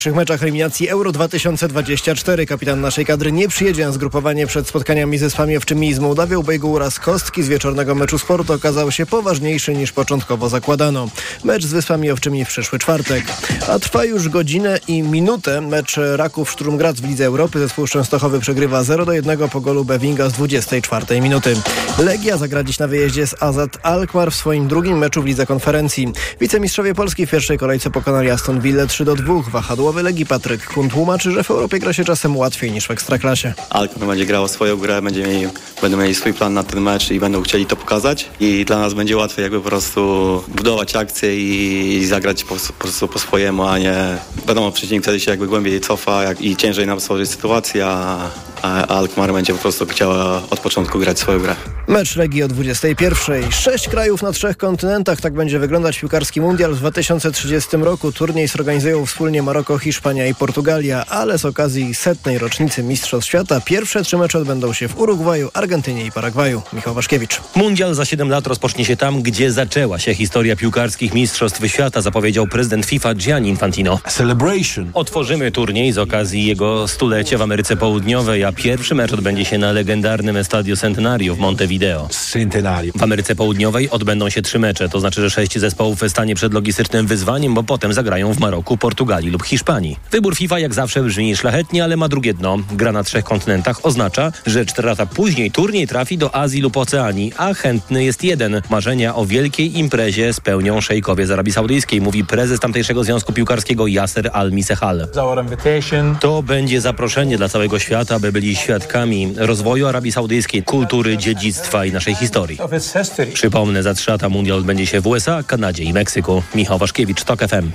W meczach eliminacji Euro 2024 kapitan naszej kadry nie przyjedzie na zgrupowanie przed spotkaniami z Wyspami Owczymi i z Mołdawią, bo jego uraz kostki z wieczornego meczu Sportu okazał się poważniejszy niż początkowo zakładano. Mecz z Wyspami Owczymi w przyszły czwartek. A trwa już godzinę i minutę. Mecz Raków Szturm Graz w Lidze Europy. Zespół Częstochowy przegrywa 0-1 po golu Bevinga z 24 minuty. Legia zagra dziś na wyjeździe z Azad Alkmaar w swoim drugim meczu w Lidze Konferencji. Wicemistrzowie Polski w pierwszej kolejce pokonali Aston Villę 3-2. Wahadłowy Legii Patryk Kun tłumaczy, że w Europie gra się czasem łatwiej niż w Ekstraklasie. Alkmaar będzie grało swoją grę, będą mieli swój plan na ten mecz i będą chcieli to pokazać. I dla nas będzie łatwiej jakby po prostu budować akcję i zagrać po prostu po swojemu, a nie... Wiadomo, przeciwnik wtedy się jakby głębiej cofa i ciężej nam stworzyć sytuację, a Alkmaar będzie po prostu chciała od początku grać swoją grę. Mecz Legii o 21:00. 6 krajów na 3 kontynentach. Tak będzie wyglądać piłkarski mundial w 2030 roku. Turniej zorganizują wspólnie Maroko, Hiszpania i Portugalia, ale z okazji 100. rocznicy Mistrzostw Świata pierwsze 3 mecze odbędą się w Urugwaju, Argentynie i Paragwaju. Michał Waszkiewicz. Mundial za 7 lat rozpocznie się tam, gdzie zaczęła się historia piłkarskich Mistrzostw Świata, zapowiedział prezydent FIFA Gianni Infantino. Otworzymy turniej z okazji jego stulecia w Ameryce Południowej, a pierwszy mecz odbędzie się na legendarnym Estadio Centenario w Montevideo. W Ameryce Południowej odbędą się 3 mecze, to znaczy, że 6 zespołów stanie przed logistycznym wyzwaniem, bo potem zagrają w Maroku, Portugalii lub Hiszpanii. Wybór FIFA jak zawsze brzmi szlachetnie, ale ma drugie dno. Gra na 3 kontynentach oznacza, że 4 lata później turniej trafi do Azji lub Oceanii, a chętny jest jeden. Marzenia o wielkiej imprezie spełnią szejkowie z Arabii Saudyjskiej, mówi prezes tamtejszego związku piłkarskiego Yasser Al-Misehal. To będzie zaproszenie dla całego świata, by byli świadkami rozwoju Arabii Saudyjskiej, kultury, dziedzictwa i naszej historii. Przypomnę, za 3 lata mundial odbędzie się w USA, Kanadzie i Meksyku. Michał Waszkiewicz, TOK FM.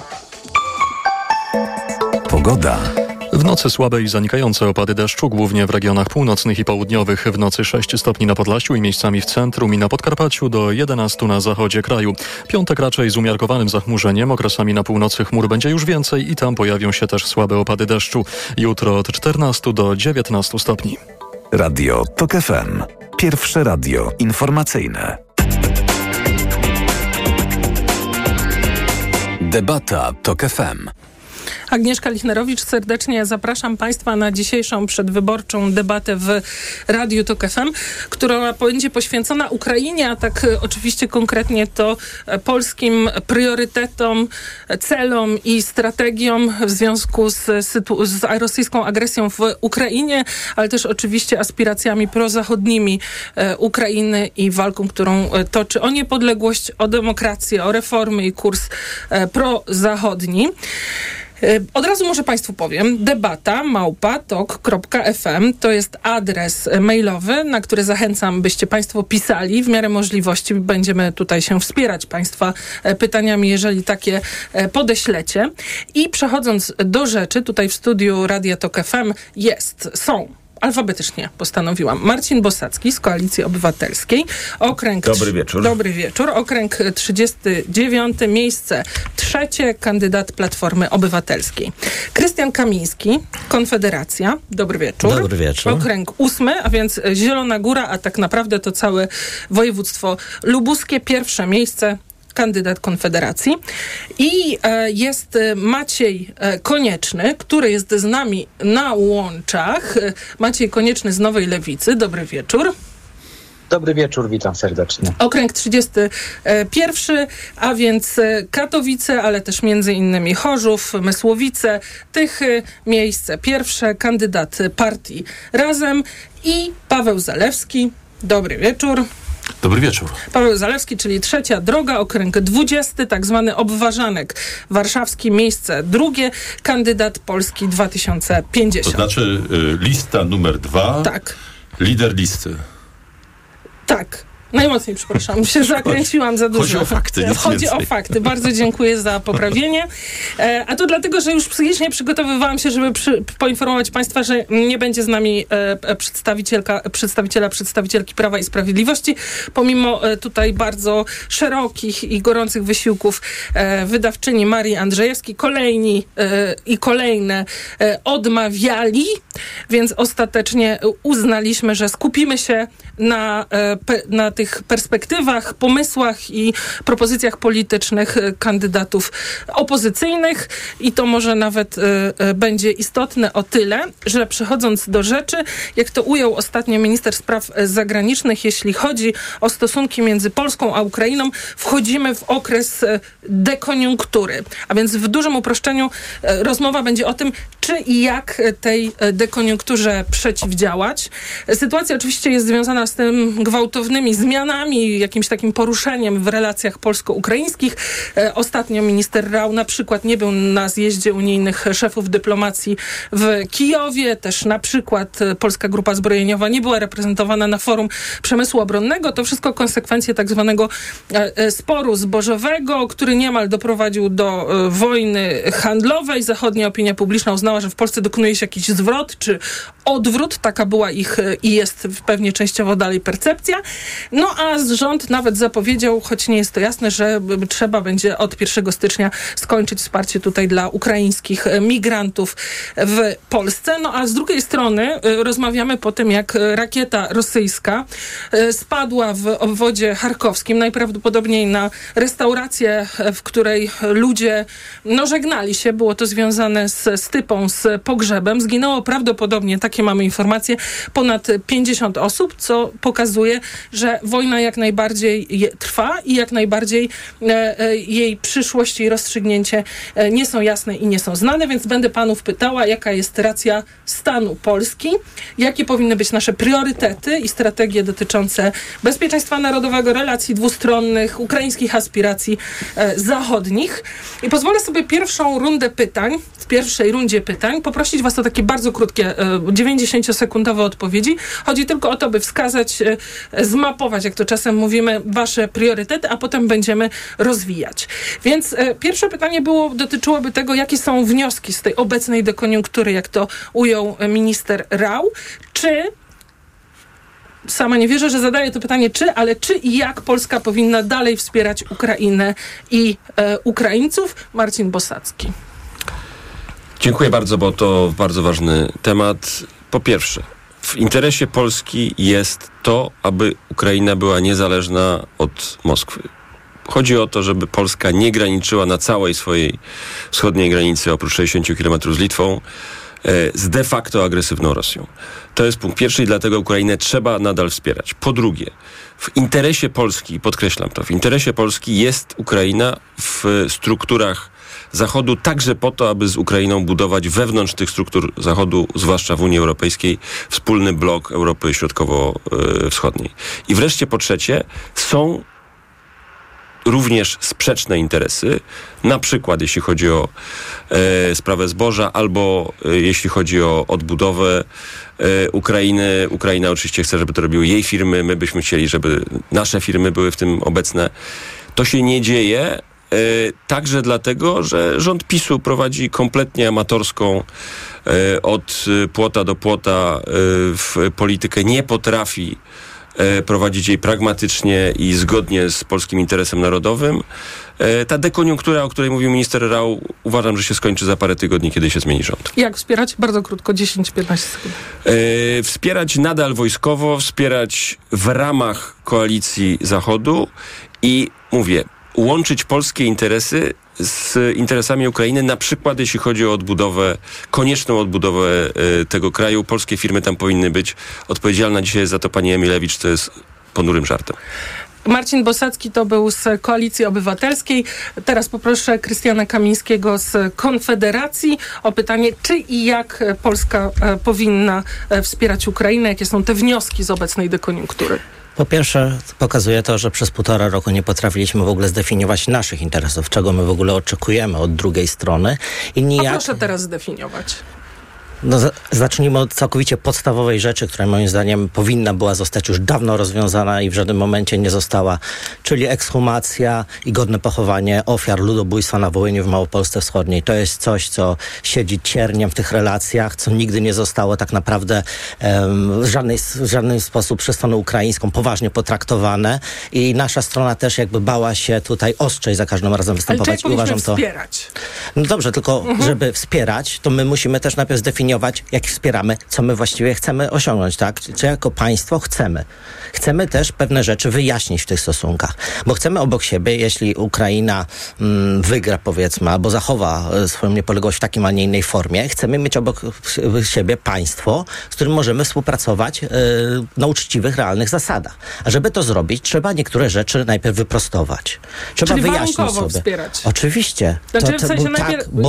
Pogoda. W nocy słabe i zanikające opady deszczu, głównie w regionach północnych i południowych. W nocy 6 stopni na Podlasiu i miejscami w centrum i na Podkarpaciu, do 11 na zachodzie kraju. Piątek raczej z umiarkowanym zachmurzeniem, okresami na północy chmur będzie już więcej i tam pojawią się też słabe opady deszczu. Jutro od 14 do 19 stopni. Radio TOK FM. Pierwsze radio informacyjne. Debata TOK FM. Agnieszka Lichnerowicz, serdecznie zapraszam Państwa na dzisiejszą przedwyborczą debatę w Radiu TOK FM, która będzie poświęcona Ukrainie, a tak oczywiście konkretnie to polskim priorytetom, celom i strategiom w związku z rosyjską agresją w Ukrainie, ale też oczywiście aspiracjami prozachodnimi Ukrainy i walką, którą toczy o niepodległość, o demokrację, o reformy i kurs prozachodni. Od razu może Państwu powiem, debata@tok.fm to jest adres mailowy, na który zachęcam, byście Państwo pisali. W miarę możliwości będziemy tutaj się wspierać Państwa pytaniami, jeżeli takie podeślecie. I przechodząc do rzeczy, tutaj w studiu Radia TOK FM są alfabetycznie postanowiłam. Marcin Bosacki z Koalicji Obywatelskiej. Dobry wieczór. Dobry wieczór. Okręg 39, miejsce 3, kandydat Platformy Obywatelskiej. Krystian Kamiński, Konfederacja. Dobry wieczór. Dobry wieczór. Okręg 8, a więc Zielona Góra, a tak naprawdę to całe województwo lubuskie. Pierwsze miejsce, kandydat Konfederacji. I jest Maciej Konieczny, który jest z nami na łączach. Maciej Konieczny z Nowej Lewicy. Dobry wieczór. Dobry wieczór, witam serdecznie. Okręg 31, a więc Katowice, ale też między innymi Chorzów, Mysłowice, Tychy, miejsce pierwsze, kandydat partii Razem i Paweł Zalewski. Dobry wieczór. Dobry wieczór. Paweł Zalewski, czyli Trzecia Droga, okręg 20, tak zwany obważanek warszawski, miejsce drugie, kandydat Polski 2050. To znaczy lista numer 2, tak. Lider listy. Tak. Najmocniej przepraszam, się zakręciłam za dużo. Chodzi o fakty, nic Chodzi więcej. o fakty. Bardzo dziękuję za poprawienie. A to dlatego, że już psychicznie przygotowywałam się, żeby poinformować Państwa, że nie będzie z nami przedstawicielki Prawa i Sprawiedliwości. Pomimo tutaj bardzo szerokich i gorących wysiłków wydawczyni Marii Andrzejewskiej, kolejni i kolejne odmawiali, więc ostatecznie uznaliśmy, że skupimy się na tej tych perspektywach, pomysłach i propozycjach politycznych kandydatów opozycyjnych i to może nawet będzie istotne o tyle, że przechodząc do rzeczy, jak to ujął ostatnio minister spraw zagranicznych, jeśli chodzi o stosunki między Polską a Ukrainą, wchodzimy w okres dekoniunktury. A więc w dużym uproszczeniu rozmowa będzie o tym, czy i jak tej dekoniunkturze przeciwdziałać. Sytuacja oczywiście jest związana z tym gwałtownymi zmianami, jakimś takim poruszeniem w relacjach polsko-ukraińskich. Ostatnio minister Rau na przykład nie był na zjeździe unijnych szefów dyplomacji w Kijowie. Też na przykład Polska Grupa Zbrojeniowa nie była reprezentowana na forum przemysłu obronnego. To wszystko konsekwencje tak zwanego sporu zbożowego, który niemal doprowadził do wojny handlowej. Zachodnia opinia publiczna uznała, że w Polsce dokonuje się jakiś zwrot czy odwrót. Taka była ich i jest pewnie częściowo dalej percepcja. No a rząd nawet zapowiedział, choć nie jest to jasne, że trzeba będzie od 1 stycznia skończyć wsparcie tutaj dla ukraińskich migrantów w Polsce. No a z drugiej strony rozmawiamy po tym, jak rakieta rosyjska spadła w obwodzie charkowskim, najprawdopodobniej na restaurację, w której ludzie żegnali się. Było to związane z stypą, z pogrzebem. Zginęło prawdopodobnie, takie mamy informacje, ponad 50 osób, co pokazuje, że wojna jak najbardziej trwa i jak najbardziej jej przyszłość i rozstrzygnięcie nie są jasne i nie są znane, więc będę panów pytała, jaka jest racja stanu Polski, jakie powinny być nasze priorytety i strategie dotyczące bezpieczeństwa narodowego, relacji dwustronnych, ukraińskich aspiracji zachodnich. I pozwolę sobie pierwszą rundę pytań, w pierwszej rundzie pytań poprosić was o takie bardzo krótkie, 90-sekundowe odpowiedzi. Chodzi tylko o to, by wskazać, zmapować, jak to czasem mówimy, wasze priorytety, a potem będziemy rozwijać. Więc pierwsze pytanie dotyczyłoby tego, jakie są wnioski z tej obecnej dekoniunktury, jak to ujął minister Rau. Sama nie wierzę, że zadaję to pytanie ale czy i jak Polska powinna dalej wspierać Ukrainę i Ukraińców? Marcin Bosacki. Dziękuję bardzo, bo to bardzo ważny temat. Po pierwsze, w interesie Polski jest to, aby Ukraina była niezależna od Moskwy. Chodzi o to, żeby Polska nie graniczyła na całej swojej wschodniej granicy, oprócz 60 km z Litwą, z de facto agresywną Rosją. To jest punkt pierwszy i dlatego Ukrainę trzeba nadal wspierać. Po drugie, w interesie Polski, podkreślam to, w interesie Polski jest Ukraina w strukturach Zachodu także po to, aby z Ukrainą budować wewnątrz tych struktur Zachodu, zwłaszcza w Unii Europejskiej, wspólny blok Europy Środkowo-Wschodniej. I wreszcie po trzecie, są również sprzeczne interesy, na przykład jeśli chodzi o sprawę zboża albo jeśli chodzi o odbudowę Ukrainy. Ukraina oczywiście chce, żeby to robiły jej firmy, my byśmy chcieli, żeby nasze firmy były w tym obecne. To się nie dzieje, także dlatego, że rząd PiS-u prowadzi kompletnie amatorską od płota do płota w politykę, nie potrafi prowadzić jej pragmatycznie i zgodnie z polskim interesem narodowym. Ta dekoniunktura, o której mówił minister Rau, uważam, że się skończy za parę tygodni, kiedy się zmieni rząd. Jak wspierać? Bardzo krótko, 10-15 sekund. Wspierać nadal wojskowo, wspierać w ramach koalicji Zachodu i mówię, łączyć polskie interesy z interesami Ukrainy, na przykład jeśli chodzi o odbudowę, konieczną odbudowę tego kraju. Polskie firmy tam powinny być. Odpowiedzialna dzisiaj jest za to pani Emilewicz, co jest ponurym żartem. Marcin Bosacki to był z Koalicji Obywatelskiej. Teraz poproszę Krystiana Kamińskiego z Konfederacji o pytanie, czy i jak Polska powinna wspierać Ukrainę, jakie są te wnioski z obecnej dekoniunktury. Po pierwsze, pokazuje to, że przez 1,5 roku nie potrafiliśmy w ogóle zdefiniować naszych interesów, czego my w ogóle oczekujemy od drugiej strony. A proszę teraz zdefiniować. Zacznijmy od całkowicie podstawowej rzeczy, która moim zdaniem powinna była zostać już dawno rozwiązana i w żadnym momencie nie została, czyli ekshumacja i godne pochowanie ofiar ludobójstwa na Wołyniu w Małopolsce Wschodniej. To jest coś, co siedzi cierniem w tych relacjach, co nigdy nie zostało tak naprawdę w żaden sposób przez stronę ukraińską poważnie potraktowane i nasza strona też jakby bała się tutaj ostrzej za każdym razem występować. Ale uważam to wspierać. No dobrze, tylko żeby wspierać, to my musimy też najpierw zdefiniować, zdefiniować, jak wspieramy, co my właściwie chcemy osiągnąć, tak? Czy jako państwo chcemy. Chcemy też pewne rzeczy wyjaśnić w tych stosunkach, bo chcemy obok siebie, jeśli Ukraina wygra, powiedzmy, albo zachowa swoją niepodległość w takim, a nie innej formie, chcemy mieć obok siebie państwo, z którym możemy współpracować na uczciwych, realnych zasadach. A żeby to zrobić, trzeba niektóre rzeczy najpierw wyprostować. Trzeba wyjaśnić sobie. Wspierać. Oczywiście. Znaczy, w sensie bo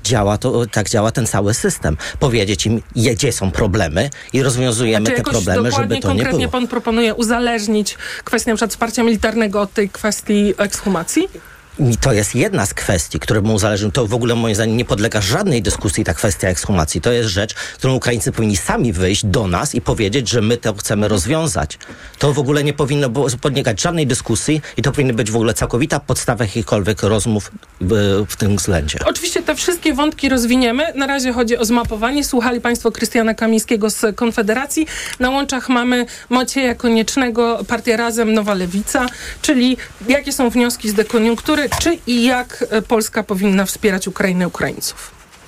tak działa ten cały system. Powiedzieć im, gdzie są problemy i rozwiązujemy te problemy, żeby to nie było. Konkretnie pan proponuje uzależnić kwestię na przykład wsparcia militarnego od tej kwestii ekshumacji? I to jest jedna z kwestii, któremu uzależnił. To w ogóle moim zdaniem nie podlega żadnej dyskusji ta kwestia ekshumacji. To jest rzecz, którą Ukraińcy powinni sami wyjść do nas i powiedzieć, że my to chcemy rozwiązać. To w ogóle nie powinno podlegać żadnej dyskusji i to powinna być w ogóle całkowita podstawa jakichkolwiek rozmów w tym względzie. Oczywiście te wszystkie wątki rozwiniemy. Na razie chodzi o zmapowanie. Słuchali państwo Krystiana Kamińskiego z Konfederacji. Na łączach mamy Macieja Koniecznego, Partia Razem, Nowa Lewica, czyli jakie są wnioski z dekoniunktury, czy i jak Polska powinna wspierać Ukrainę, Ukraińców?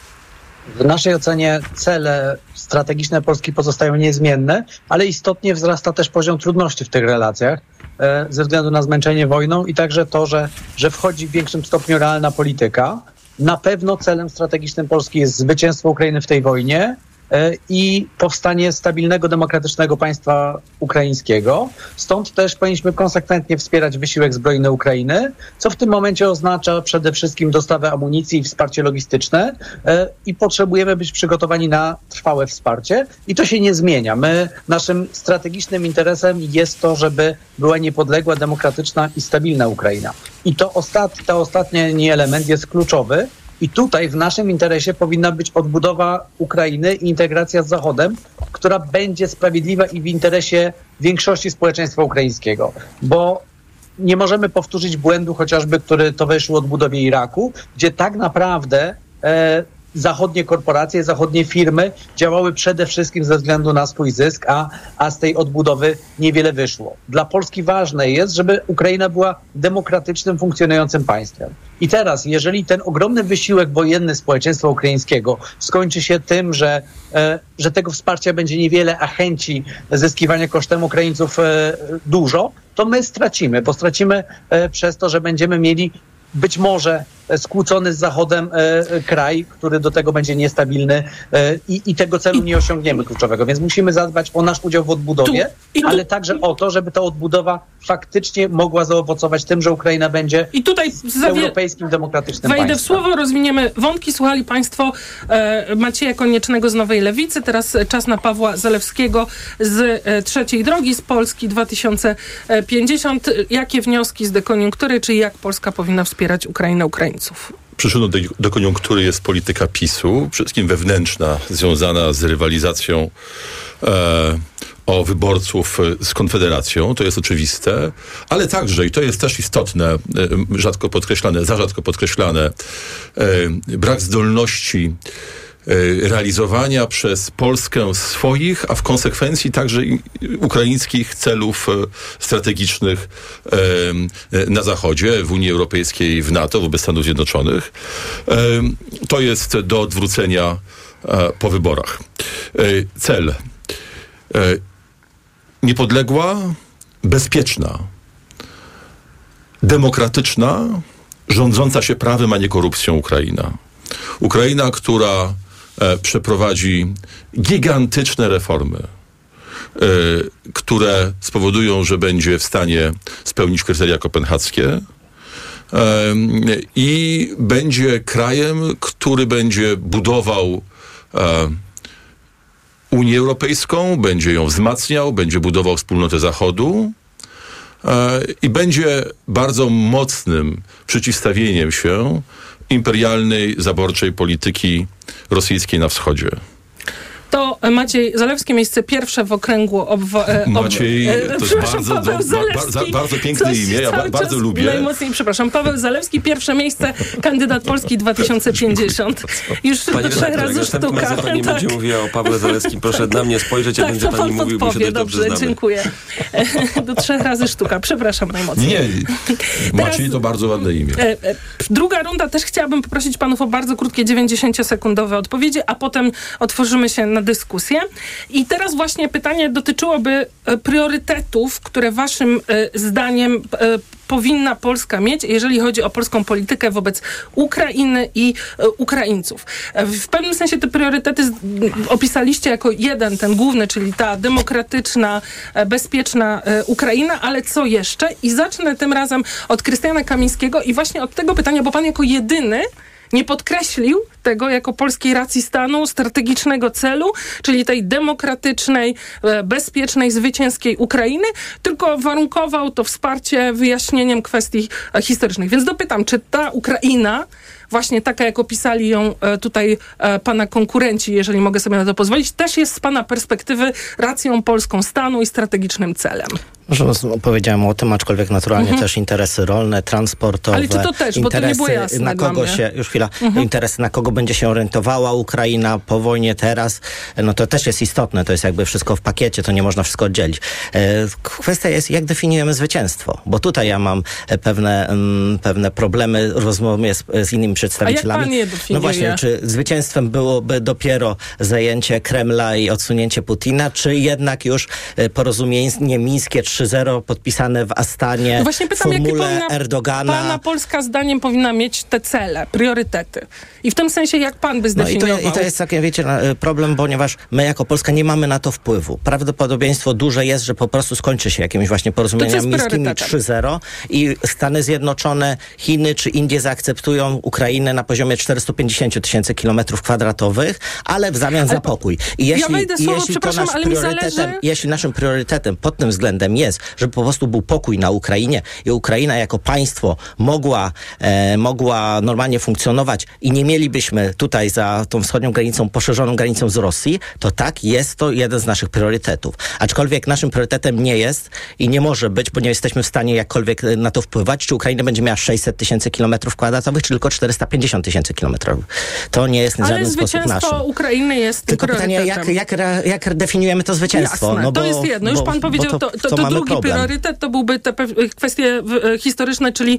W naszej ocenie cele strategiczne Polski pozostają niezmienne, ale istotnie wzrasta też poziom trudności w tych relacjach ze względu na zmęczenie wojną i także to, że wchodzi w większym stopniu realna polityka. Na pewno celem strategicznym Polski jest zwycięstwo Ukrainy w tej wojnie i powstanie stabilnego, demokratycznego państwa ukraińskiego. Stąd też powinniśmy konsekwentnie wspierać wysiłek zbrojny Ukrainy, co w tym momencie oznacza przede wszystkim dostawę amunicji i wsparcie logistyczne i potrzebujemy być przygotowani na trwałe wsparcie i to się nie zmienia. Naszym strategicznym interesem jest to, żeby była niepodległa, demokratyczna i stabilna Ukraina. I ta ostatni element jest kluczowy. I tutaj w naszym interesie powinna być odbudowa Ukrainy i integracja z Zachodem, która będzie sprawiedliwa i w interesie większości społeczeństwa ukraińskiego. Bo nie możemy powtórzyć błędu chociażby, który towarzyszył odbudowie Iraku, gdzie tak naprawdę zachodnie korporacje, zachodnie firmy działały przede wszystkim ze względu na swój zysk, a z tej odbudowy niewiele wyszło. Dla Polski ważne jest, żeby Ukraina była demokratycznym, funkcjonującym państwem. I teraz, jeżeli ten ogromny wysiłek wojenny społeczeństwa ukraińskiego skończy się tym, że tego wsparcia będzie niewiele, a chęci zyskiwania kosztem Ukraińców dużo, to my stracimy, bo stracimy przez to, że będziemy mieli być może skłócony z Zachodem kraj, który do tego będzie niestabilny i tego celu nie osiągniemy kluczowego. Więc musimy zadbać o nasz udział w odbudowie, ale także o to, żeby ta odbudowa faktycznie mogła zaowocować tym, że Ukraina będzie europejskim, demokratycznym państwem. Wejdę w słowo, rozwiniemy wątki. Słuchali państwo Macieja Koniecznego z Nowej Lewicy, teraz czas na Pawła Zalewskiego z Trzeciej Drogi, z Polski 2050. Jakie wnioski z dekoniunktury, czy jak Polska powinna wspierać Ukrainę, Ukraińców? Przyczyną do koniunktury jest polityka PiS-u, przede wszystkim wewnętrzna, związana z rywalizacją o wyborców z Konfederacją, to jest oczywiste, ale także, i to jest też istotne, za rzadko podkreślane, brak zdolności realizowania przez Polskę swoich, a w konsekwencji także ukraińskich celów strategicznych na Zachodzie, w Unii Europejskiej, w NATO, wobec Stanów Zjednoczonych. To jest do odwrócenia po wyborach. Cel. Niepodległa, bezpieczna, demokratyczna, rządząca się prawem, a nie korupcją Ukraina. Ukraina, która przeprowadzi gigantyczne reformy, które spowodują, że będzie w stanie spełnić kryteria kopenhaskie i będzie krajem, który będzie budował Unię Europejską, będzie ją wzmacniał, będzie budował wspólnotę Zachodu i będzie bardzo mocnym przeciwstawieniem się imperialnej, zaborczej polityki rosyjskiej na wschodzie. To Maciej Zalewski, miejsce pierwsze w okręgu Maciej, to jest bardzo piękne imię, ja bardzo lubię. Najmocniej przepraszam. Paweł Zalewski, pierwsze miejsce, kandydat Polski 2050. Już do 3 razy sztuka. Pani będzie mówiła o Pawle Zalewskim, proszę na mnie spojrzeć, a będzie pani mówił, bo się dość dobrze znamy. Dziękuję. Do 3 razy sztuka. Przepraszam najmocniej. Nie, Maciej to bardzo ładne imię. Druga runda, też chciałabym poprosić panów o bardzo krótkie 90-sekundowe odpowiedzi, a potem otworzymy się na dyskusję. I teraz właśnie pytanie dotyczyłoby priorytetów, które waszym zdaniem powinna Polska mieć, jeżeli chodzi o polską politykę wobec Ukrainy i Ukraińców. W pewnym sensie te priorytety opisaliście jako jeden, ten główny, czyli ta demokratyczna, bezpieczna Ukraina, ale co jeszcze? I zacznę tym razem od Krystiana Kamińskiego i właśnie od tego pytania, bo pan jako jedyny nie podkreślił tego jako polskiej racji stanu, strategicznego celu, czyli tej demokratycznej, bezpiecznej, zwycięskiej Ukrainy, tylko warunkował to wsparcie wyjaśnieniem kwestii historycznych. Więc dopytam, czy ta Ukraina, właśnie taka jak opisali ją tutaj pana konkurenci, jeżeli mogę sobie na to pozwolić, też jest z pana perspektywy racją polską stanu i strategicznym celem? Powiedziałem o tym, aczkolwiek naturalnie też interesy rolne, transportowe. Ale czy to też, bo to nie było jasne na kogo się, już chwila, interesy, na kogo będzie się orientowała Ukraina po wojnie teraz, no to też jest istotne, to jest jakby wszystko w pakiecie, to nie można wszystko oddzielić. Kwestia jest, jak definiujemy zwycięstwo, bo tutaj ja mam pewne problemy rozmowy z innymi przedstawicielami. A jak pan je definiuje? No właśnie, czy zwycięstwem byłoby dopiero zajęcie Kremla i odsunięcie Putina, czy jednak już porozumienie mińskie 3.0 podpisane w Astanie, no właśnie pytam, formule Erdogana. Pana Polska zdaniem powinna mieć te cele, priorytety. I w tym sensie, jak pan by zdefiniował? No i to jest taki, wiecie, problem, ponieważ my jako Polska nie mamy na to wpływu. Prawdopodobieństwo duże jest, że po prostu skończy się jakimiś właśnie porozumieniami mińskimi 3.0 i Stany Zjednoczone, Chiny czy Indie zaakceptują Ukrainę na poziomie 450 000 km², ale w zamian za pokój. I jeśli naszym priorytetem pod tym względem jest, żeby po prostu był pokój na Ukrainie i Ukraina jako państwo mogła normalnie funkcjonować i nie mielibyśmy tutaj za tą wschodnią granicą, poszerzoną granicą z Rosji, to tak, jest to jeden z naszych priorytetów. Aczkolwiek naszym priorytetem nie jest i nie może być, bo nie jesteśmy w stanie jakkolwiek na to wpływać, czy Ukraina będzie miała 600 000 km², czy tylko 450 000 km². To nie jest w żaden sposób naszym. Ale zwycięstwo Ukrainy jest tylko priorytetem. Pytanie, jak definiujemy to zwycięstwo? Jasne, to jest jedno. Już pan powiedział, to drugi priorytet to byłby te kwestie historyczne, czyli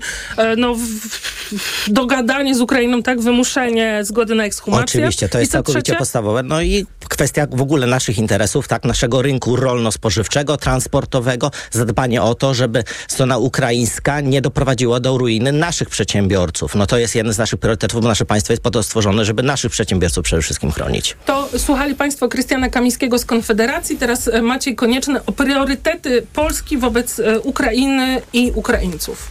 dogadanie z Ukrainą, tak, wymuszenie zgody na ekshumację. Oczywiście, to jest całkowicie podstawowe. No i kwestia w ogóle naszych interesów, tak, naszego rynku rolno-spożywczego, transportowego, zadbanie o to, żeby strona ukraińska nie doprowadziła do ruiny naszych przedsiębiorców. No to jest jeden z naszych priorytetów, bo nasze państwo jest po to stworzone, żeby naszych przedsiębiorców przede wszystkim chronić. To słuchali państwo Krystiana Kamińskiego z Konfederacji, teraz Maciej Konieczny o priorytety Polski wobec Ukrainy i Ukraińców.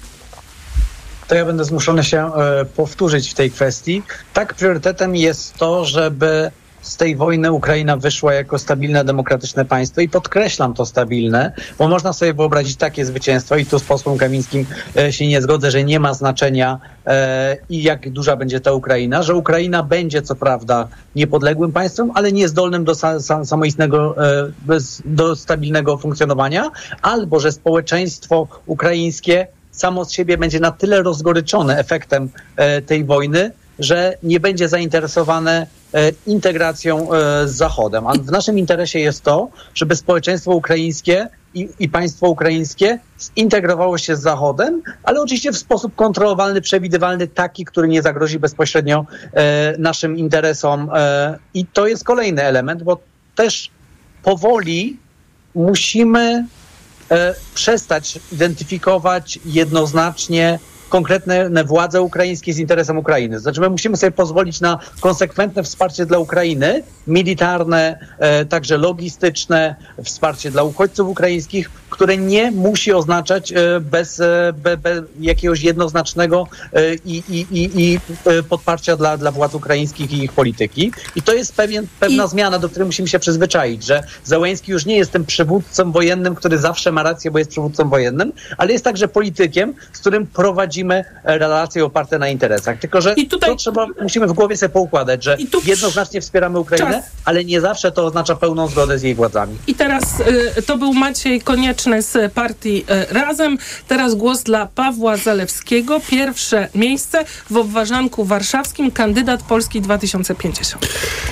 To ja będę zmuszony się powtórzyć w tej kwestii. Tak, priorytetem jest to, żeby z tej wojny Ukraina wyszła jako stabilne, demokratyczne państwo i podkreślam to stabilne, bo można sobie wyobrazić takie zwycięstwo i tu z posłem Kamińskim się nie zgodzę, że nie ma znaczenia i jak duża będzie ta Ukraina, że Ukraina będzie co prawda niepodległym państwem, ale niezdolnym do samoistnego, do stabilnego funkcjonowania, albo że społeczeństwo ukraińskie samo z siebie będzie na tyle rozgoryczone efektem tej wojny, że nie będzie zainteresowane integracją z Zachodem. A w naszym interesie jest to, żeby społeczeństwo ukraińskie i państwo ukraińskie zintegrowało się z Zachodem, ale oczywiście w sposób kontrolowalny, przewidywalny, taki, który nie zagrozi bezpośrednio naszym interesom. I to jest kolejny element, bo też powoli musimy przestać identyfikować jednoznacznie konkretne władze ukraińskie z interesem Ukrainy. Znaczy my musimy sobie pozwolić na konsekwentne wsparcie dla Ukrainy, militarne, także logistyczne, wsparcie dla uchodźców ukraińskich, które nie musi oznaczać bez jakiegoś jednoznacznego i podparcia dla władz ukraińskich i ich polityki. I to jest pewna zmiana, do której musimy się przyzwyczaić, że Zełenski już nie jest tym przywódcą wojennym, który zawsze ma rację, bo jest przywódcą wojennym, ale jest także politykiem, z którym prowadzimy relacje oparte na interesach. Tylko że musimy w głowie sobie poukładać, że jednoznacznie wspieramy Ukrainę, ale nie zawsze to oznacza pełną zgodę z jej władzami. I teraz to był Maciej Konieczny z partii Razem. Teraz głos dla Pawła Zalewskiego. Pierwsze miejsce w obwarzanku warszawskim, kandydat Polski 2050.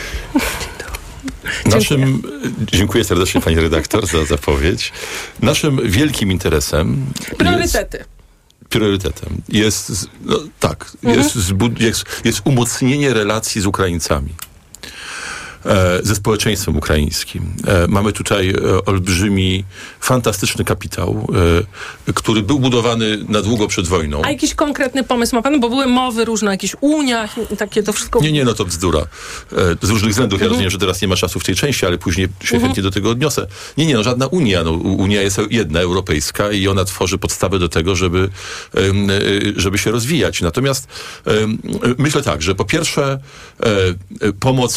Dziękuję serdecznie pani redaktor za zapowiedź. Naszym wielkim interesem priorytetem jest umocnienie relacji z Ukraińcami, ze społeczeństwem ukraińskim. Mamy tutaj olbrzymi, fantastyczny kapitał, który był budowany na długo przed wojną. A jakiś konkretny pomysł ma pan? Bo były mowy różne o jakichś uniach i takie to wszystko... Nie, to bzdura. Z różnych względów. Ja rozumiem, że teraz nie ma czasu w tej części, ale później się chętnie do tego odniosę. Żadna Unia. Unia jest jedna, europejska i ona tworzy podstawę do tego, żeby się rozwijać. Natomiast myślę tak, że po pierwsze pomoc,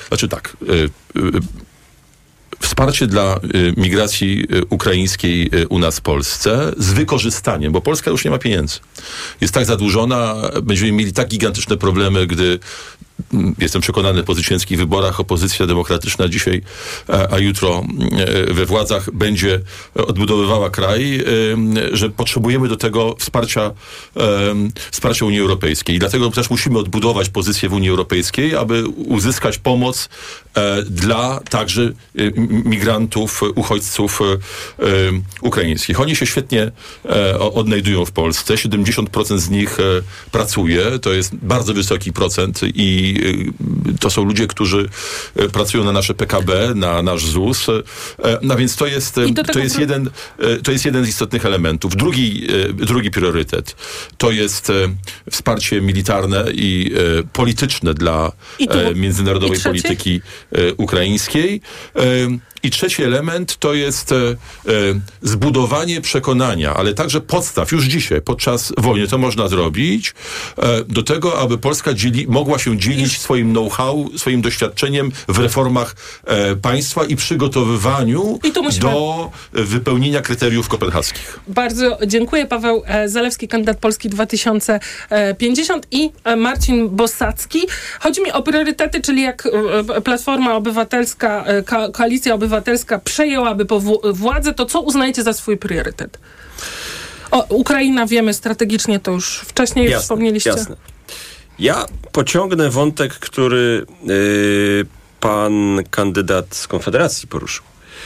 wsparcie dla migracji ukraińskiej u nas w Polsce z wykorzystaniem, bo Polska już nie ma pieniędzy. Jest tak zadłużona, będziemy mieli tak gigantyczne problemy, gdy jestem przekonany, po zwycięskich wyborach opozycja demokratyczna dzisiaj, a jutro we władzach będzie odbudowywała kraj, że potrzebujemy do tego wsparcia Unii Europejskiej. I dlatego też musimy odbudować pozycję w Unii Europejskiej, aby uzyskać pomoc dla także migrantów, uchodźców ukraińskich. Oni się świetnie odnajdują w Polsce. 70% z nich pracuje. To jest bardzo wysoki procent i to są ludzie, którzy pracują na nasze PKB, na nasz ZUS. No więc to jest jeden z istotnych elementów. Drugi priorytet to jest wsparcie militarne i polityczne dla międzynarodowej polityki ukraińskiej. I trzeci element to jest zbudowanie przekonania, ale także podstaw już dzisiaj, podczas wojny to można zrobić, do tego, aby Polska mogła się dzielić swoim know-how, swoim doświadczeniem w reformach państwa i przygotowywaniu do wypełnienia kryteriów kopenhaskich. Bardzo dziękuję. Paweł Zalewski, kandydat Polski 2050 i Marcin Bosacki. Chodzi mi o priorytety, czyli jak Platforma Obywatelska, Koalicja Obywatelska przejęłaby władzę, to co uznajecie za swój priorytet? Ukraina, wiemy, strategicznie to już wcześniej wspomnieliście. Jasne. Ja pociągnę wątek, który pan kandydat z Konfederacji poruszył.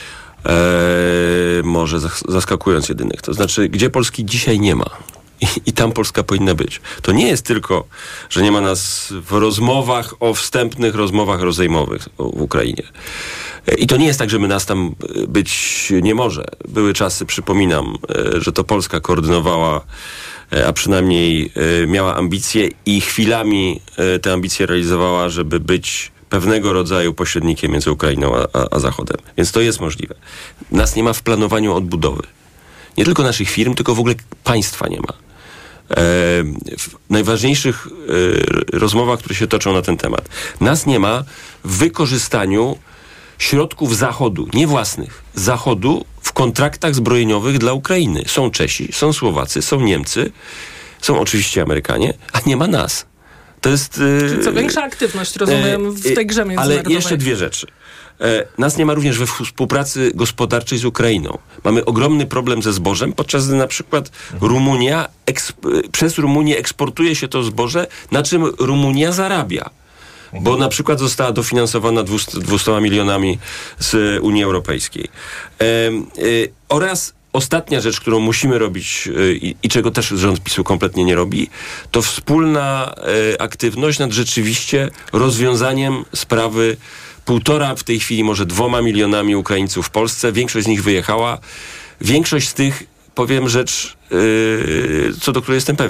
Może zaskakując jedynych. To znaczy, gdzie Polski dzisiaj nie ma. I tam Polska powinna być. To nie jest tylko, że nie ma nas w wstępnych rozmowach rozejmowych w Ukrainie. I to nie jest tak, że nas tam być nie może. Były czasy, przypominam, że to Polska koordynowała, a przynajmniej miała ambicje i chwilami te ambicje realizowała, żeby być pewnego rodzaju pośrednikiem między Ukrainą a Zachodem. Więc to jest możliwe. Nas nie ma w planowaniu odbudowy. Nie tylko naszych firm, tylko w ogóle państwa nie ma. W najważniejszych rozmowach, które się toczą na ten temat. Nas nie ma w wykorzystaniu środków Zachodu, nie własnych, Zachodu w kontraktach zbrojeniowych dla Ukrainy. Są Czesi, są Słowacy, są Niemcy, są oczywiście Amerykanie, a nie ma nas. To jest... Co większa aktywność, rozumiem, w tej grze międzynarodowej. Ale jeszcze dwie rzeczy. Nas nie ma również we współpracy gospodarczej z Ukrainą. Mamy ogromny problem ze zbożem, podczas gdy na przykład Rumunia, przez Rumunię eksportuje się to zboże, na czym Rumunia zarabia. Bo na przykład została dofinansowana 200 milionami z Unii Europejskiej. Oraz ostatnia rzecz, którą musimy robić i czego też rząd PiS-u kompletnie nie robi, to wspólna aktywność nad rzeczywiście rozwiązaniem sprawy 1,5, w tej chwili może 2 milionami Ukraińców w Polsce. Większość z nich wyjechała. Większość z tych, powiem rzecz, co do której jestem pewien,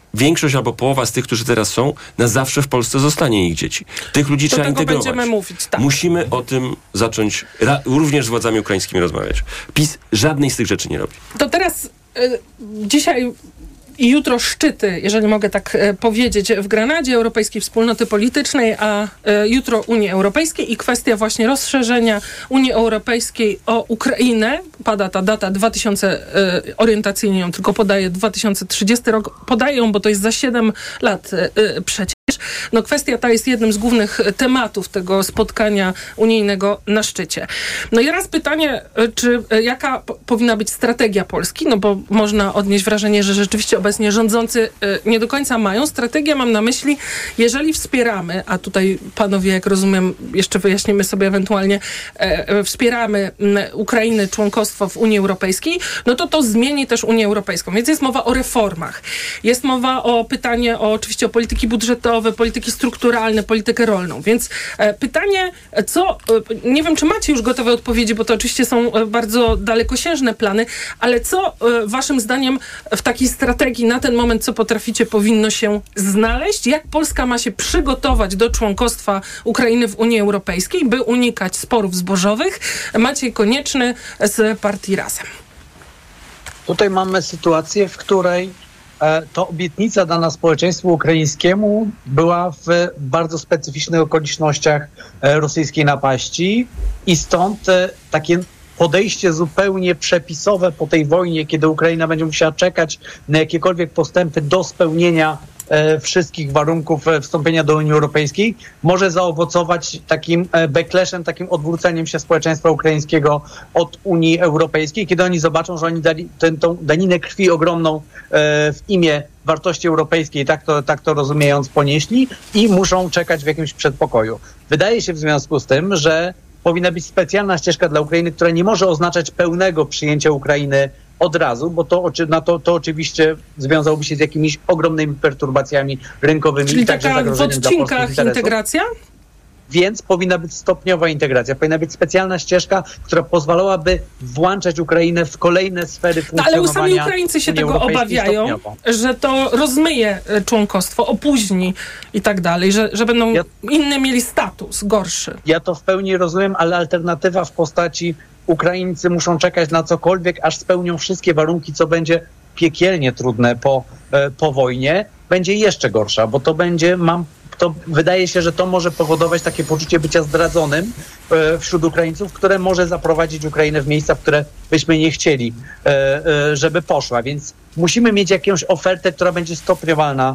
większość albo połowa z tych, którzy teraz są, na zawsze w Polsce zostanie ich dzieci. Tych ludzi trzeba integrować. Będziemy mówić, tak. Musimy o tym zacząć również z władzami ukraińskimi rozmawiać. PiS żadnej z tych rzeczy nie robi. To teraz dzisiaj i jutro szczyty, jeżeli mogę tak powiedzieć, w Granadzie Europejskiej Wspólnoty Politycznej, a jutro Unii Europejskiej i kwestia właśnie rozszerzenia Unii Europejskiej o Ukrainę. Pada ta data orientacyjnie ją tylko podaje 2030 rok. Podaję ją, bo to jest za 7 lat przecież. No kwestia ta jest jednym z głównych tematów tego spotkania unijnego na szczycie. No i raz pytanie, jaka powinna być strategia Polski? No bo można odnieść wrażenie, że rzeczywiście obecnie rządzący nie do końca mają. Strategię mam na myśli, jeżeli wspieramy, a tutaj panowie, jak rozumiem, jeszcze wyjaśnimy sobie ewentualnie, wspieramy Ukrainę, członkostwo w Unii Europejskiej, no to zmieni też Unię Europejską. Więc jest mowa o reformach. Jest mowa o pytanie oczywiście o polityki budżetowe, polityki strukturalne, politykę rolną. Więc pytanie, nie wiem, czy macie już gotowe odpowiedzi, bo to oczywiście są bardzo dalekosiężne plany, ale co waszym zdaniem w takiej strategii na ten moment, co potraficie, powinno się znaleźć? Jak Polska ma się przygotować do członkostwa Ukrainy w Unii Europejskiej, by unikać sporów zbożowych? Maciej Konieczny z partii Razem. Tutaj mamy sytuację, w której to obietnica dana społeczeństwu ukraińskiemu była w bardzo specyficznych okolicznościach rosyjskiej napaści i stąd takie podejście zupełnie przepisowe po tej wojnie, kiedy Ukraina będzie musiała czekać na jakiekolwiek postępy do spełnienia wszystkich warunków wstąpienia do Unii Europejskiej, może zaowocować takim backlashem, takim odwróceniem się społeczeństwa ukraińskiego od Unii Europejskiej, kiedy oni zobaczą, że oni dali tą daninę krwi ogromną w imię wartości europejskiej, tak to rozumiejąc, ponieśli i muszą czekać w jakimś przedpokoju. Wydaje się w związku z tym, że powinna być specjalna ścieżka dla Ukrainy, która nie może oznaczać pełnego przyjęcia Ukrainy od razu, bo to oczywiście związałoby się z jakimiś ogromnymi perturbacjami rynkowymi. Czyli i także taka w odcinkach integracja? Więc powinna być stopniowa integracja. Powinna być specjalna ścieżka, która pozwalałaby włączać Ukrainę w kolejne sfery funkcjonowania. Ale sami Ukraińcy się tego obawiają, że to rozmyje członkostwo, opóźni i tak dalej, że będą inni mieli status gorszy. Ja to w pełni rozumiem, ale alternatywa w postaci Ukraińcy muszą czekać na cokolwiek, aż spełnią wszystkie warunki, co będzie piekielnie trudne po wojnie, będzie jeszcze gorsza, bo to wydaje się, że to może powodować takie poczucie bycia zdradzonym wśród Ukraińców, które może zaprowadzić Ukrainę w miejsca, w które byśmy nie chcieli, żeby poszła. Więc musimy mieć jakąś ofertę, która będzie stopniowalna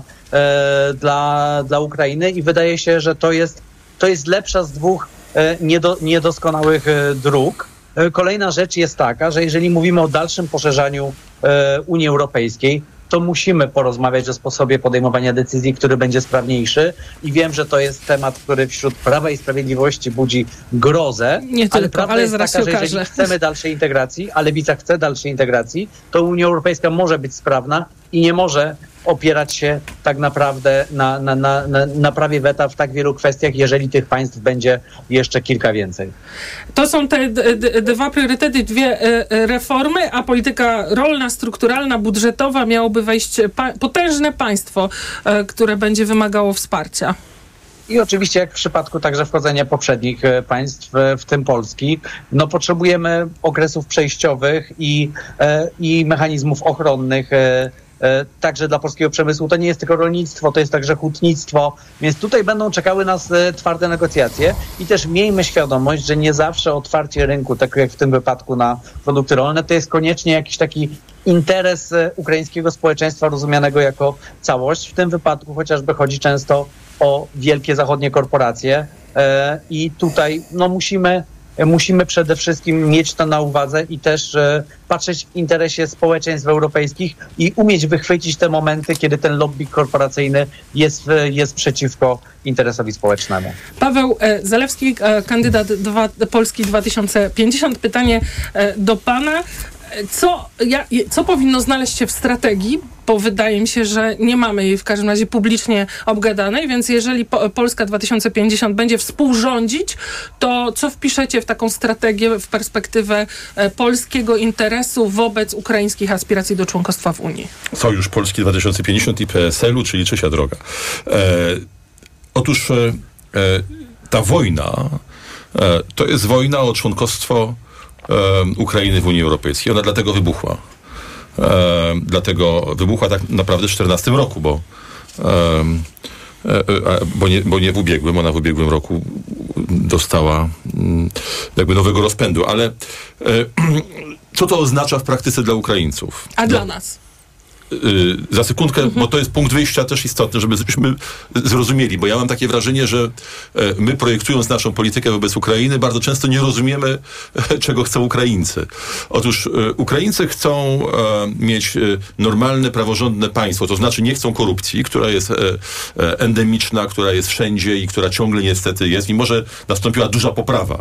dla Ukrainy i wydaje się, że to jest lepsza z dwóch niedoskonałych dróg. Kolejna rzecz jest taka, że jeżeli mówimy o dalszym poszerzaniu Unii Europejskiej, to musimy porozmawiać o sposobie podejmowania decyzji, który będzie sprawniejszy. I wiem, że to jest temat, który wśród Prawa i Sprawiedliwości budzi grozę. Nie tylko, prawda jest taka, że jeżeli chcemy dalszej integracji, a Lewica chce dalszej integracji, to Unia Europejska może być sprawna i nie może opierać się tak naprawdę na prawie weta w tak wielu kwestiach, jeżeli tych państw będzie jeszcze kilka więcej. To są te dwa priorytety, dwie reformy, a polityka rolna, strukturalna, budżetowa miałoby wejść potężne państwo, które będzie wymagało wsparcia. I oczywiście, jak w przypadku także wchodzenia poprzednich państw, w tym Polski, potrzebujemy okresów przejściowych i mechanizmów ochronnych, także dla polskiego przemysłu. To nie jest tylko rolnictwo, to jest także hutnictwo, więc tutaj będą czekały nas twarde negocjacje i też miejmy świadomość, że nie zawsze otwarcie rynku, tak jak w tym wypadku na produkty rolne, to jest koniecznie jakiś taki interes ukraińskiego społeczeństwa rozumianego jako całość. W tym wypadku chociażby chodzi często o wielkie zachodnie korporacje i tutaj musimy przede wszystkim mieć to na uwadze i też patrzeć w interesie społeczeństw europejskich i umieć wychwycić te momenty, kiedy ten lobby korporacyjny jest przeciwko interesowi społecznemu. Paweł Zalewski, kandydat Polski 2050. Pytanie do pana. Co powinno znaleźć się w strategii? Bo wydaje mi się, że nie mamy jej w każdym razie publicznie obgadanej, więc jeżeli Polska 2050 będzie współrządzić, to co wpiszecie w taką strategię w perspektywę polskiego interesu wobec ukraińskich aspiracji do członkostwa w Unii? Sojusz Polski 2050 i PSL-u, czyli trzecia droga. Otóż ta wojna to jest wojna o członkostwo Ukrainy w Unii Europejskiej. Ona dlatego wybuchła. Dlatego wybuchła tak naprawdę w 2014 roku, bo nie w ubiegłym. Ona w ubiegłym roku dostała jakby nowego rozpędu. Ale co to oznacza w praktyce dla Ukraińców? A dla nas? Za sekundkę, bo to jest punkt wyjścia też istotny, żebyśmy zrozumieli, bo ja mam takie wrażenie, że my, projektując naszą politykę wobec Ukrainy, bardzo często nie rozumiemy, czego chcą Ukraińcy. Otóż Ukraińcy chcą mieć normalne, praworządne państwo, to znaczy nie chcą korupcji, która jest endemiczna, która jest wszędzie i która ciągle niestety jest, mimo że nastąpiła duża poprawa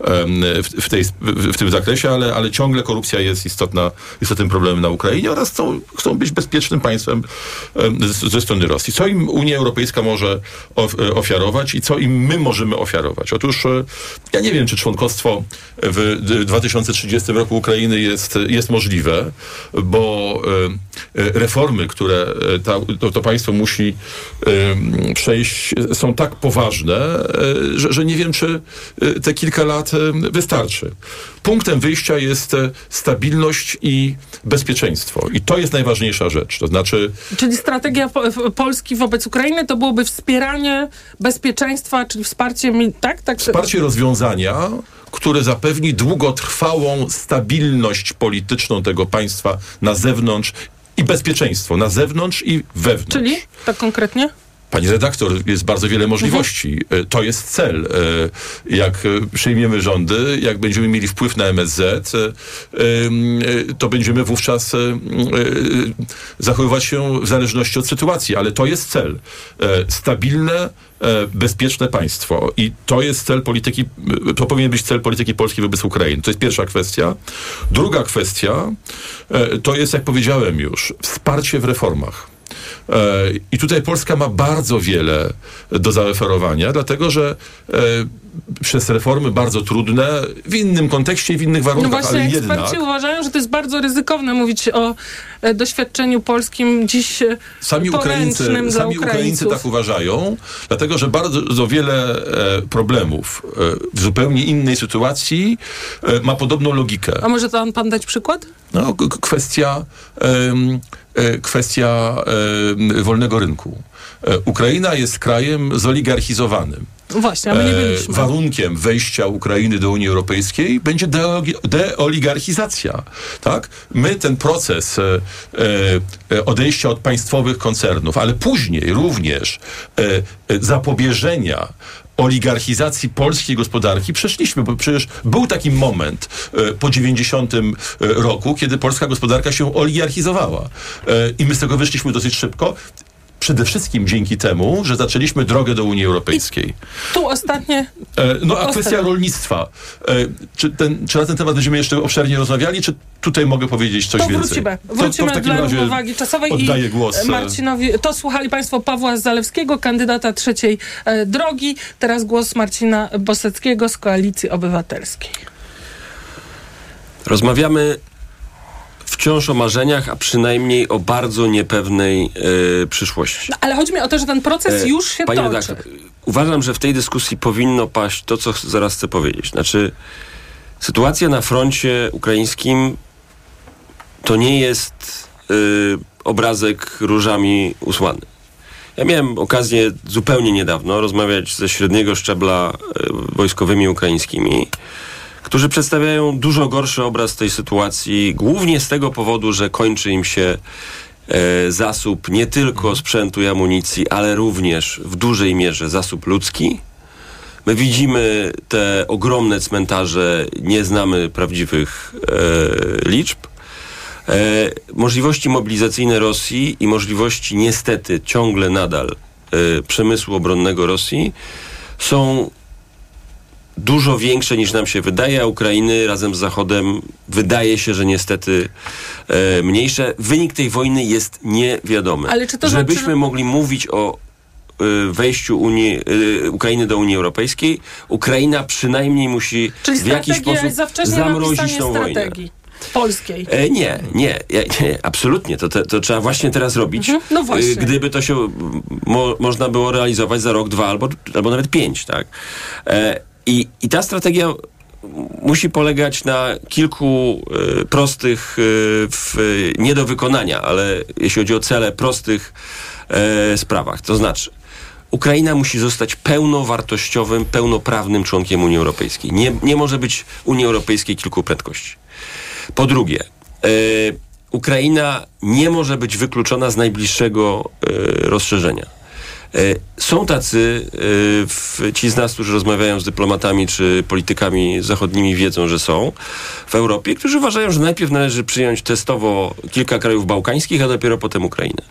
w tym zakresie, ale ciągle korupcja jest istotnym problemem na Ukrainie oraz chcą być bezpiecznym państwem ze strony Rosji. Co im Unia Europejska może ofiarować i co im my możemy ofiarować? Otóż ja nie wiem, czy członkostwo w 2030 roku Ukrainy jest możliwe, bo reformy, które to państwo musi przejść, są tak poważne, że nie wiem, czy te kilka lat wystarczy. Punktem wyjścia jest stabilność i bezpieczeństwo. I to jest najważniejsza rzecz. To znaczy... Czyli strategia Polski wobec Ukrainy to byłoby wspieranie bezpieczeństwa, czyli wsparcie... Tak? Wsparcie rozwiązania, które zapewni długotrwałą stabilność polityczną tego państwa na zewnątrz i bezpieczeństwo na zewnątrz i wewnątrz. Czyli? Tak konkretnie? Pani redaktor, jest bardzo wiele możliwości. To jest cel. Jak przyjmiemy rządy, jak będziemy mieli wpływ na MSZ, to będziemy wówczas zachowywać się w zależności od sytuacji, ale to jest cel. Stabilne, bezpieczne państwo. I to jest cel polityki, to powinien być cel polityki polskiej wobec Ukrainy. To jest pierwsza kwestia. Druga kwestia to jest, jak powiedziałem już, wsparcie w reformach. I tutaj Polska ma bardzo wiele do zaoferowania, dlatego że przez reformy bardzo trudne, w innym kontekście i w innych warunkach, no właśnie, ale jednak... eksperci uważają, że to jest bardzo ryzykowne mówić o doświadczeniu polskim dziś Sami Ukraińcy tak uważają, dlatego że bardzo wiele problemów w zupełnie innej sytuacji ma podobną logikę. A może to pan dać przykład? No, kwestia wolnego rynku. Ukraina jest krajem zoligarchizowanym. Właśnie, a my nie byliśmy. Warunkiem wejścia Ukrainy do Unii Europejskiej będzie deoligarchizacja. Tak? My ten proces odejścia od państwowych koncernów, ale później również zapobieżenia oligarchizacji polskiej gospodarki przeszliśmy, bo przecież był taki moment po 90 roku, kiedy polska gospodarka się oligarchizowała. I my z tego wyszliśmy dosyć szybko. Przede wszystkim dzięki temu, że zaczęliśmy drogę do Unii Europejskiej. I tu ostatnie... Kwestia rolnictwa. Czy na ten temat będziemy jeszcze obszernie rozmawiali, czy tutaj mogę powiedzieć coś więcej? Wrócimy to w takim dla razie równowagi czasowej oddaję głos Marcinowi. To słuchali państwo Pawła Zalewskiego, kandydata trzeciej drogi. Teraz głos Marcina Boseckiego z Koalicji Obywatelskiej. Rozmawiamy wciąż o marzeniach, a przynajmniej o bardzo niepewnej przyszłości. No, ale chodzi mi o to, że ten proces już się toczy. Redaktor, uważam, że w tej dyskusji powinno paść to, co zaraz chcę powiedzieć. Znaczy, sytuacja na froncie ukraińskim to nie jest obrazek różami usłany. Ja miałem okazję zupełnie niedawno rozmawiać ze średniego szczebla wojskowymi ukraińskimi, którzy przedstawiają dużo gorszy obraz tej sytuacji, głównie z tego powodu, że kończy im się zasób nie tylko sprzętu i amunicji, ale również w dużej mierze zasób ludzki. My widzimy te ogromne cmentarze, nie znamy prawdziwych liczb. Możliwości mobilizacyjne Rosji i możliwości niestety ciągle nadal przemysłu obronnego Rosji są dużo większe niż nam się wydaje, a Ukrainy razem z Zachodem wydaje się, że niestety mniejsze. Wynik tej wojny jest niewiadomy. Ale czy to Żebyśmy znaczy, że... mogli mówić o wejściu Ukrainy do Unii Europejskiej, Ukraina przynajmniej musi w jakiś sposób zamrozić tą wojnę. Polskiej. Nie, absolutnie. To trzeba właśnie teraz robić. No właśnie. Gdyby to się można było realizować za rok, 2 albo nawet 5, tak? I ta strategia musi polegać na kilku prostych, nie do wykonania, ale jeśli chodzi o cele, prostych sprawach. To znaczy, Ukraina musi zostać pełnowartościowym, pełnoprawnym członkiem Unii Europejskiej. Nie może być Unii Europejskiej kilku prędkości. Po drugie, Ukraina nie może być wykluczona z najbliższego rozszerzenia. Są tacy, ci z nas, którzy rozmawiają z dyplomatami czy politykami zachodnimi, wiedzą, że są w Europie, którzy uważają, że najpierw należy przyjąć testowo kilka krajów bałkańskich, a dopiero potem Ukrainę.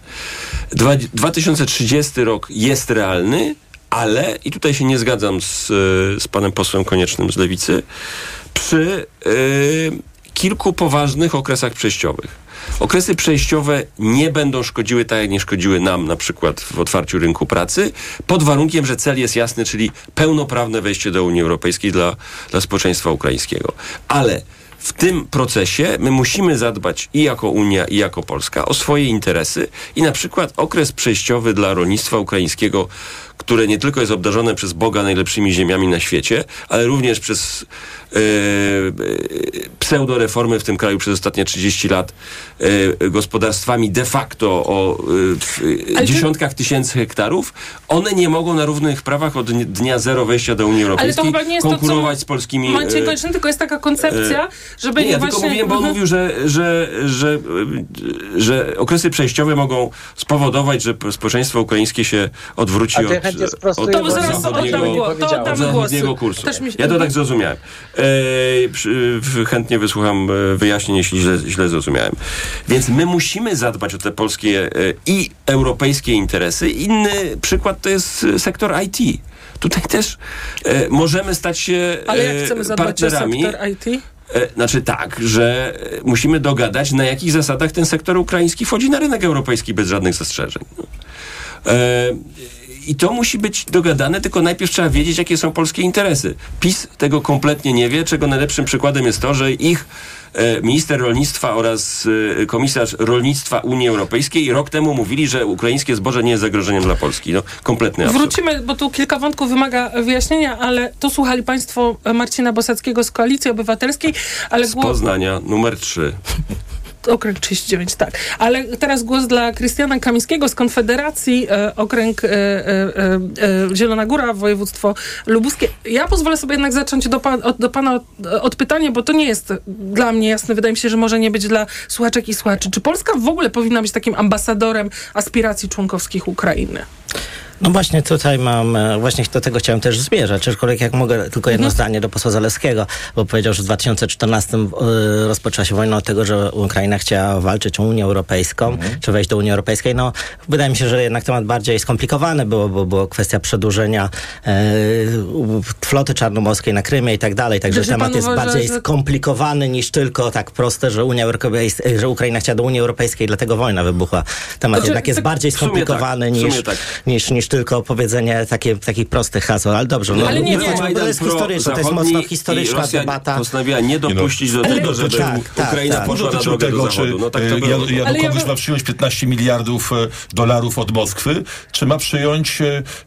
2030 rok jest realny, ale, i tutaj się nie zgadzam z panem posłem Koniecznym z Lewicy, przy kilku poważnych okresach przejściowych. Okresy przejściowe nie będą szkodziły tak, jak nie szkodziły nam, na przykład w otwarciu rynku pracy, pod warunkiem, że cel jest jasny, czyli pełnoprawne wejście do Unii Europejskiej dla społeczeństwa ukraińskiego. Ale w tym procesie my musimy zadbać i jako Unia, i jako Polska o swoje interesy i na przykład okres przejściowy dla rolnictwa ukraińskiego, które nie tylko jest obdarzone przez Boga najlepszymi ziemiami na świecie, ale również przez pseudoreformy w tym kraju przez ostatnie 30 lat, gospodarstwami de facto o dziesiątkach tysięcy hektarów, one nie mogą na równych prawach od dnia zero wejścia do Unii Europejskiej konkurować z polskimi... Maciej Konieczny, tylko jest taka koncepcja, żeby ja tylko mówiłem, bo on mówił, że okresy przejściowe mogą spowodować, że społeczeństwo ukraińskie się odwróci od zachodniego kursu. Ja to tak zrozumiałem. Chętnie wysłucham wyjaśnień, jeśli źle zrozumiałem. Więc my musimy zadbać o te polskie i europejskie interesy. Inny przykład to jest sektor IT. Tutaj też możemy stać się ale jak chcemy zadbać partnerami. O sektor IT? Znaczy tak, że musimy dogadać, na jakich zasadach ten sektor ukraiński wchodzi na rynek europejski bez żadnych zastrzeżeń. I to musi być dogadane, tylko najpierw trzeba wiedzieć, jakie są polskie interesy. PiS tego kompletnie nie wie, czego najlepszym przykładem jest to, że ich minister rolnictwa oraz komisarz rolnictwa Unii Europejskiej rok temu mówili, że ukraińskie zboże nie jest zagrożeniem dla Polski. No, kompletny absurd. Wrócimy, bo tu kilka wątków wymaga wyjaśnienia, ale tu słuchali państwo Marcina Bosackiego z Koalicji Obywatelskiej, ale z Poznania, numer 3. Okręg 39, tak. Ale teraz głos dla Krystiana Kamińskiego z Konfederacji, okręg Zielona Góra, województwo lubuskie. Ja pozwolę sobie jednak zacząć do pana od pytania, bo to nie jest dla mnie jasne. Wydaje mi się, że może nie być dla słuchaczek i słuchaczy. Czy Polska w ogóle powinna być takim ambasadorem aspiracji członkowskich Ukrainy? No właśnie tutaj właśnie do tego chciałem też zmierzać, aczkolwiek jak mogę tylko jedno zdanie do posła Zalewskiego, bo powiedział, że w 2014 rozpoczęła się wojna od tego, że Ukraina chciała walczyć o Unię Europejską, czy wejść do Unii Europejskiej. No wydaje mi się, że jednak temat bardziej skomplikowany bo była kwestia przedłużenia floty czarnomorskiej na Krymie i tak dalej, także temat jest bardziej skomplikowany niż tylko tak proste, że że Ukraina chciała do Unii Europejskiej, dlatego wojna wybuchła. Temat jednak jest bardziej skomplikowany niż tylko powiedzenie takich prostych haseł, ale dobrze. No, ale nie, to jest historyczne, to jest mocno historyczna debata. Postanowiła nie dopuścić do tego, żeby Ukraina poszła na drogę do Zachodu. No tak to było. Janukowicz ma przyjąć 15 miliardów dolarów od Moskwy, czy ma przyjąć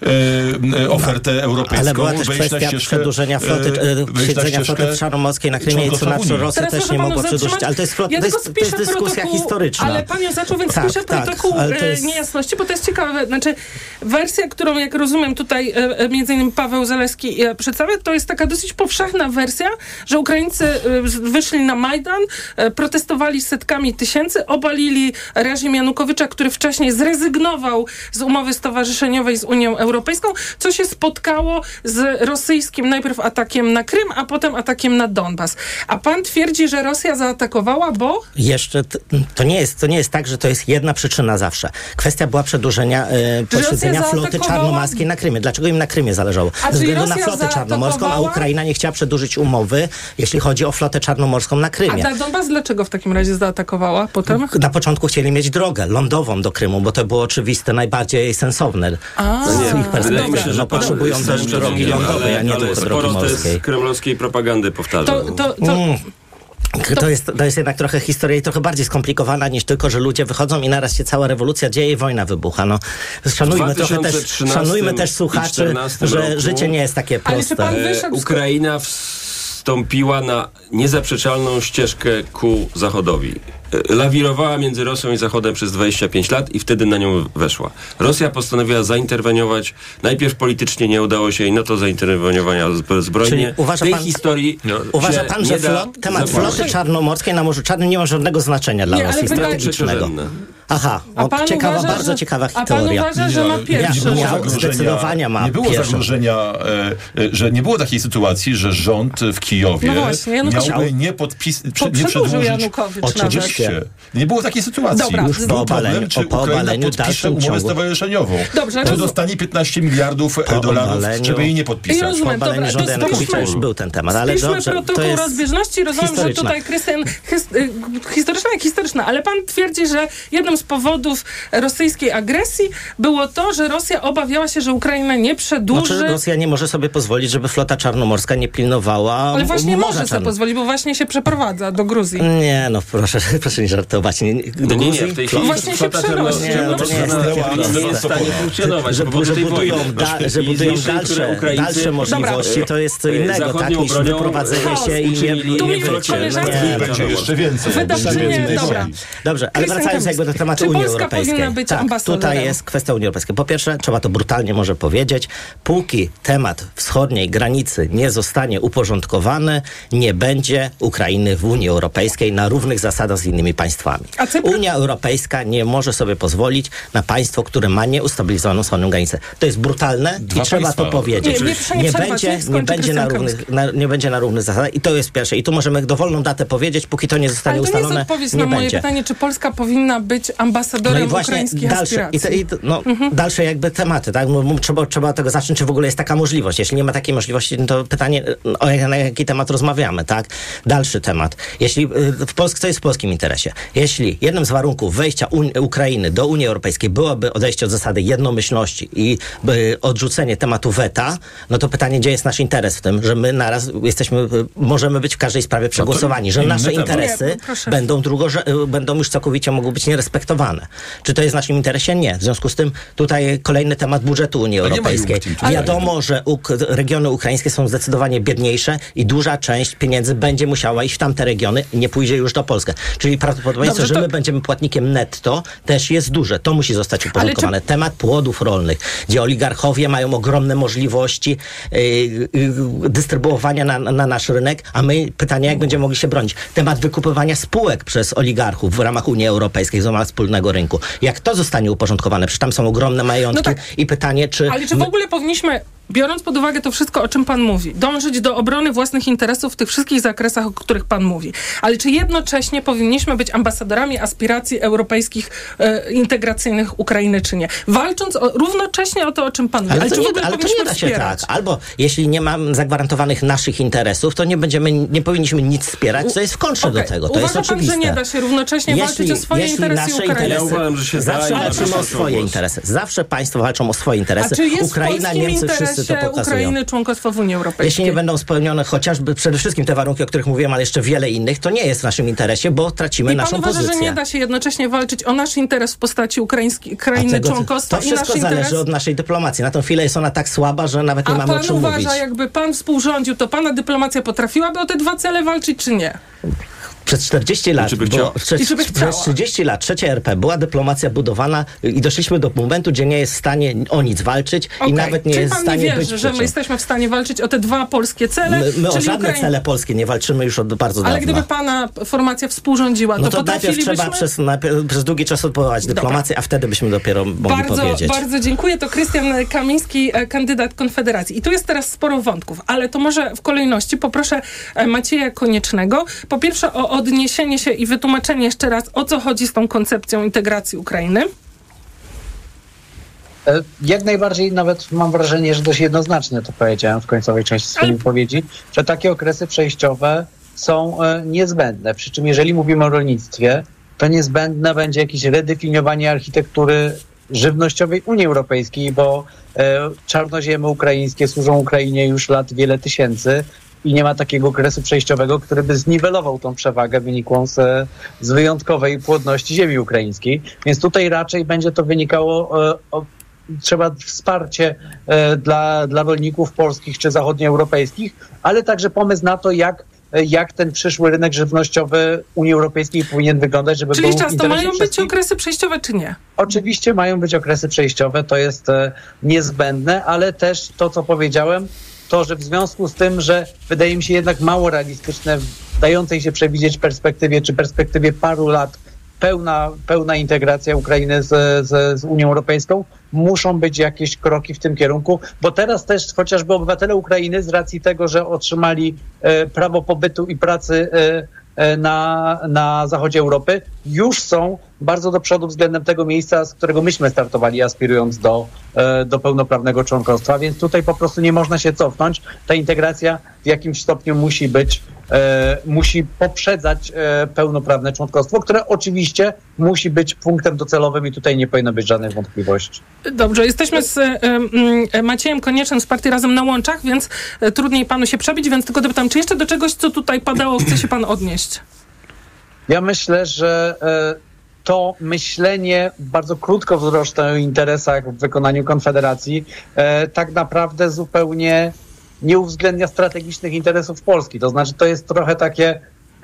ofertę europejską? Ale była też kwestia przedłużenia floty, siedzenia floty czarnomorskiej na Krymie i co na co Rosja też nie mogła przedłużyć, ale to jest dyskusja historyczna. Ale pan ją zaczął, więc spiszę protokół niejasności, bo to jest ciekawe. Znaczy, wersja, którą, jak rozumiem, tutaj między innymi Paweł Zalewski przedstawia, to jest taka dosyć powszechna wersja, że Ukraińcy wyszli na Majdan, protestowali setkami tysięcy, obalili reżim Janukowycza, który wcześniej zrezygnował z umowy stowarzyszeniowej z Unią Europejską, co się spotkało z rosyjskim najpierw atakiem na Krym, a potem atakiem na Donbas. A pan twierdzi, że Rosja zaatakowała, bo? Jeszcze to nie jest tak, że to jest jedna przyczyna zawsze. Kwestia była przedłużenia posiedzenia floty floty czarnomorskiej na Krymie. Dlaczego im na Krymie zależało? Ze względu na flotę czarnomorską, a Ukraina nie chciała przedłużyć umowy, jeśli chodzi o flotę czarnomorską na Krymie. A Donbas dlaczego w takim razie zaatakowała potem? Na początku chcieli mieć drogę lądową do Krymu, bo to było oczywiste, najbardziej sensowne z ich perspektywy. No potrzebują też drogi lądowej, a nie tylko drogi morskiej. Z kremlowskiej propagandy powtarzam. To jest jednak trochę historia i trochę bardziej skomplikowana niż tylko, że ludzie wychodzą i naraz się cała rewolucja dzieje i wojna wybucha. No, szanujmy też słuchaczy, że życie nie jest takie proste. Ukraina wstąpiła na niezaprzeczalną ścieżkę ku Zachodowi. Lawirowała między Rosją i Zachodem przez 25 lat i wtedy na nią weszła. Rosja postanowiła zainterweniować. Najpierw politycznie nie udało się i no to zainterweniowania zbrojnie. Uważa pan, że temat floty czarnomorskiej na Morzu Czarnym nie ma żadnego znaczenia dla Rosji strategicznego? Aha, bardzo ciekawa historia. A pan uważa, że ma pierwszy? Zdecydowanie ma nie było pierwszy. zagrożenia, że nie było takiej sytuacji, że rząd w Kijowie miałby nie przedłużyć. Janukowicz oczywiście. Nie było takiej sytuacji. Dobra, już był problem, czy Ukraina podpisze umowę stowarzyszeniową. Dobrze, czy dostanie 15 miliardów dolarów, żeby jej nie podpisać. Rozumiem, po obaleniu rządu Janukowicza już był ten temat, ale dobrze, protokół rozbieżności. Rozumiem, że tutaj Krystian historyczna, ale pan twierdzi, że jednym z powodów rosyjskiej agresji było to, że Rosja obawiała się, że Ukraina nie przedłuży. Znaczy, Rosja nie może sobie pozwolić, żeby flota czarnomorska nie pilnowała ale właśnie może sobie pozwolić, bo właśnie się przeprowadza do Gruzji. Nie, no proszę nie żartować. Do Gruzji? W tej chwili właśnie się przenosi. Nie jest w stanie funkcjonować. Że budują dalsze możliwości, to jest co innego, tak, niż wyprowadzenie się i nie wycie. Będzie jeszcze więcej. Dobrze, ale wracając jakby do tematu Unii Europejskiej. Tak, tutaj jest kwestia Unii Europejskiej. Po pierwsze, trzeba to brutalnie może powiedzieć, póki temat wschodniej granicy nie zostanie uporządkowany, nie będzie Ukrainy w Unii Europejskiej na równych zasadach z innymi państwami. Unia Europejska nie może sobie pozwolić na państwo, które ma nieustabilizowaną wschodnią granicę. To jest brutalne i trzeba to powiedzieć. Nie będzie na równych zasadach i to jest pierwsze. I tu możemy dowolną datę powiedzieć, póki to nie zostanie ustalone, nie jest odpowiedź na moje pytanie, czy Polska powinna być ambasadorem ukraińskich aspiracji. Dalsze jakby tematy, tak? Trzeba tego zacząć, czy w ogóle jest taka możliwość. Jeśli nie ma takiej możliwości, to pytanie, na jaki temat rozmawiamy, tak? Dalszy temat. Co jest w polskim interesie? Jeśli jednym z warunków wejścia Ukrainy do Unii Europejskiej byłoby odejście od zasady jednomyślności i odrzucenie tematu weta, no to pytanie, gdzie jest nasz interes w tym, że my naraz możemy być w każdej sprawie przegłosowani, że nasze interesy będą już całkowicie mogą być nierespektowane. Czy to jest w naszym interesie? Nie. W związku z tym tutaj kolejny temat budżetu Unii Europejskiej. Wiadomo, że regiony ukraińskie są zdecydowanie biedniejsze i duża część pieniędzy będzie musiała iść w tamte regiony i nie pójdzie już do Polski. Czyli prawdopodobieństwo, że my będziemy płatnikiem netto, też jest duże. To musi zostać uporządkowane. Temat płodów rolnych, gdzie oligarchowie mają ogromne możliwości dystrybuowania na nasz rynek, a my pytanie, jak będziemy mogli się bronić. Temat wykupywania spółek przez oligarchów w ramach Unii Europejskiej, w ramach wspólnego rynku. Jak to zostanie uporządkowane? Przecież tam są ogromne majątki i pytanie, czy... Ale czy w ogóle powinniśmy, biorąc pod uwagę to wszystko, o czym pan mówi, dążyć do obrony własnych interesów w tych wszystkich zakresach, o których pan mówi, ale czy jednocześnie powinniśmy być ambasadorami aspiracji europejskich integracyjnych Ukrainy, czy nie? Walcząc równocześnie o to, o czym pan mówi. Ale to nie da się tak. Albo jeśli nie mamy zagwarantowanych naszych interesów, to nie powinniśmy nic wspierać, co jest w kontrze do tego. To jest oczywiste. Pan, że nie da się równocześnie walczyć o swoje interesy Ukrainy? Ja uważam, że się zawsze walczymy o swoje interesy. Zawsze państwo walczą o swoje interesy. A czy jest Ukraina, Niemcy, wszyscy to pokazują. Ukrainy członkostwo w Unii Europejskiej? Jeśli nie będą spełnione chociażby przede wszystkim te warunki, o których mówiłem, ale jeszcze wiele innych, to nie jest w naszym interesie, bo tracimy naszą pozycję. I pan uważa, że nie da się jednocześnie walczyć o nasz interes w postaci krainy członkostwa i nasz interes? To wszystko zależy od naszej dyplomacji. Na tą chwilę jest ona tak słaba, że nawet nie mamy o czym mówić. A pan uważa, jakby pan współrządził, to pana dyplomacja potrafiłaby o te dwa cele walczyć, czy nie? Przez 40 lat, przez 30 lat trzecia RP była dyplomacja budowana i doszliśmy do momentu, gdzie nie jest w stanie o nic walczyć i nawet nie jest w stanie być przeciw. że my jesteśmy w stanie walczyć o te dwa polskie cele? My o żadne cele polskie nie walczymy już od bardzo dawna. Ale gdyby pana formacja współrządziła, to potrafilibyśmy... najpierw trzeba przez długi czas odwołać dyplomację, a wtedy byśmy dopiero mogli powiedzieć. Bardzo dziękuję. To Krystian Kamiński, kandydat Konfederacji. I tu jest teraz sporo wątków, ale to może w kolejności poproszę Macieja Koniecznego. Po pierwsze o odniesienie się i wytłumaczenie jeszcze raz, o co chodzi z tą koncepcją integracji Ukrainy. Jak najbardziej, nawet mam wrażenie, że dość jednoznacznie to powiedziałem w końcowej części swojej wypowiedzi, że takie okresy przejściowe są niezbędne. Przy czym jeżeli mówimy o rolnictwie, to niezbędne będzie jakieś redefiniowanie architektury żywnościowej Unii Europejskiej, bo czarnoziemy ukraińskie służą Ukrainie już lat wiele tysięcy i nie ma takiego okresu przejściowego, który by zniwelował tą przewagę wynikłą z wyjątkowej płodności ziemi ukraińskiej. Więc tutaj raczej będzie to wynikało trzeba wsparcie dla rolników polskich czy zachodnioeuropejskich, ale także pomysł na to, jak ten przyszły rynek żywnościowy Unii Europejskiej powinien wyglądać, żeby Czyli był czas, to mają być okresy przejściowe, czy nie? Oczywiście mają być okresy przejściowe, to jest niezbędne, ale też to, co powiedziałem, to, że w związku z tym, że wydaje mi się jednak mało realistyczne w dającej się przewidzieć perspektywie paru lat pełna integracja Ukrainy z Unią Europejską, muszą być jakieś kroki w tym kierunku, bo teraz też chociażby obywatele Ukrainy z racji tego, że otrzymali prawo pobytu i pracy na zachodzie Europy, już są bardzo do przodu względem tego miejsca, z którego myśmy startowali, aspirując do pełnoprawnego członkostwa, więc tutaj po prostu nie można się cofnąć. Ta integracja w jakimś stopniu musi poprzedzać pełnoprawne członkostwo, które oczywiście musi być punktem docelowym i tutaj nie powinno być żadnych wątpliwości. Dobrze, jesteśmy z Maciejem Koniecznym z Partii Razem na łączach, więc trudniej panu się przebić, więc tylko dopytam, czy jeszcze do czegoś, co tutaj padało, chce się pan odnieść? Ja myślę, że to myślenie bardzo krótkowzroczne o interesach w wykonaniu Konfederacji tak naprawdę zupełnie nie uwzględnia strategicznych interesów Polski. To znaczy, to jest trochę takie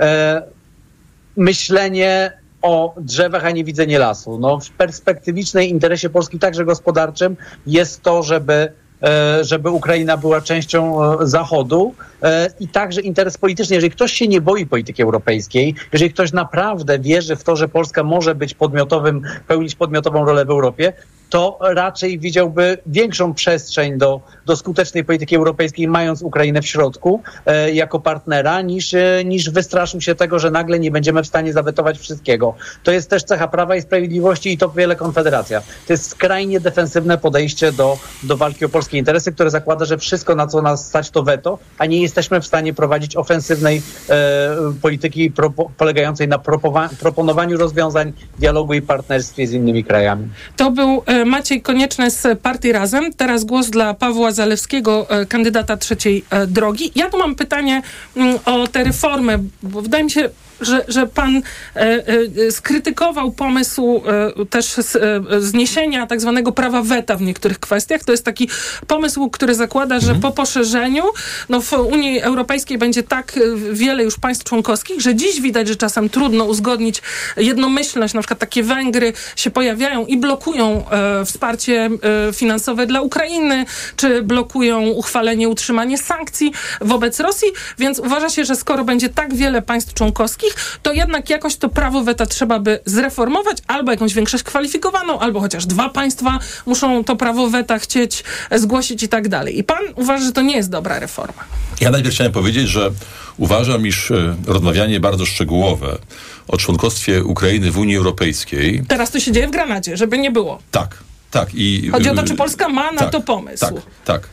myślenie o drzewach, a nie widzenie lasu. No, w perspektywicznej interesie Polski, także gospodarczym, jest to, żeby Ukraina była częścią Zachodu i także interes polityczny. Jeżeli ktoś się nie boi polityki europejskiej, jeżeli ktoś naprawdę wierzy w to, że Polska może być pełnić podmiotową rolę w Europie, to raczej widziałby większą przestrzeń do skutecznej polityki europejskiej, mając Ukrainę w środku jako partnera, niż wystraszył się tego, że nagle nie będziemy w stanie zawetować wszystkiego. To jest też cecha Prawa i Sprawiedliwości i to wiele Konfederacja. To jest skrajnie defensywne podejście do walki o polskie interesy, które zakłada, że wszystko, na co nas stać, to weto, a nie jesteśmy w stanie prowadzić ofensywnej polityki polegającej na proponowaniu rozwiązań, dialogu i partnerstwie z innymi krajami. To był Maciej Konieczny z Partii Razem. Teraz głos dla Pawła Zalewskiego, kandydata trzeciej drogi. Ja tu mam pytanie o tę reformę, bo wydaje mi się, że pan skrytykował pomysł też zniesienia tak zwanego prawa weta w niektórych kwestiach. To jest taki pomysł, który zakłada, że po poszerzeniu w Unii Europejskiej będzie tak wiele już państw członkowskich, że dziś widać, że czasem trudno uzgodnić jednomyślność. Na przykład takie Węgry się pojawiają i blokują wsparcie finansowe dla Ukrainy, czy blokują uchwalenie, utrzymanie sankcji wobec Rosji, więc uważa się, że skoro będzie tak wiele państw członkowskich, to jednak jakoś to prawo weta trzeba by zreformować, albo jakąś większość kwalifikowaną, albo chociaż dwa państwa muszą to prawo weta chcieć zgłosić i tak dalej. I pan uważa, że to nie jest dobra reforma? Ja najpierw chciałem powiedzieć, że uważam, iż rozmawianie bardzo szczegółowe o członkostwie Ukrainy w Unii Europejskiej... Teraz to się dzieje w Granadzie, żeby nie było. Tak. Chodzi o to, czy Polska ma na to pomysł. Tak.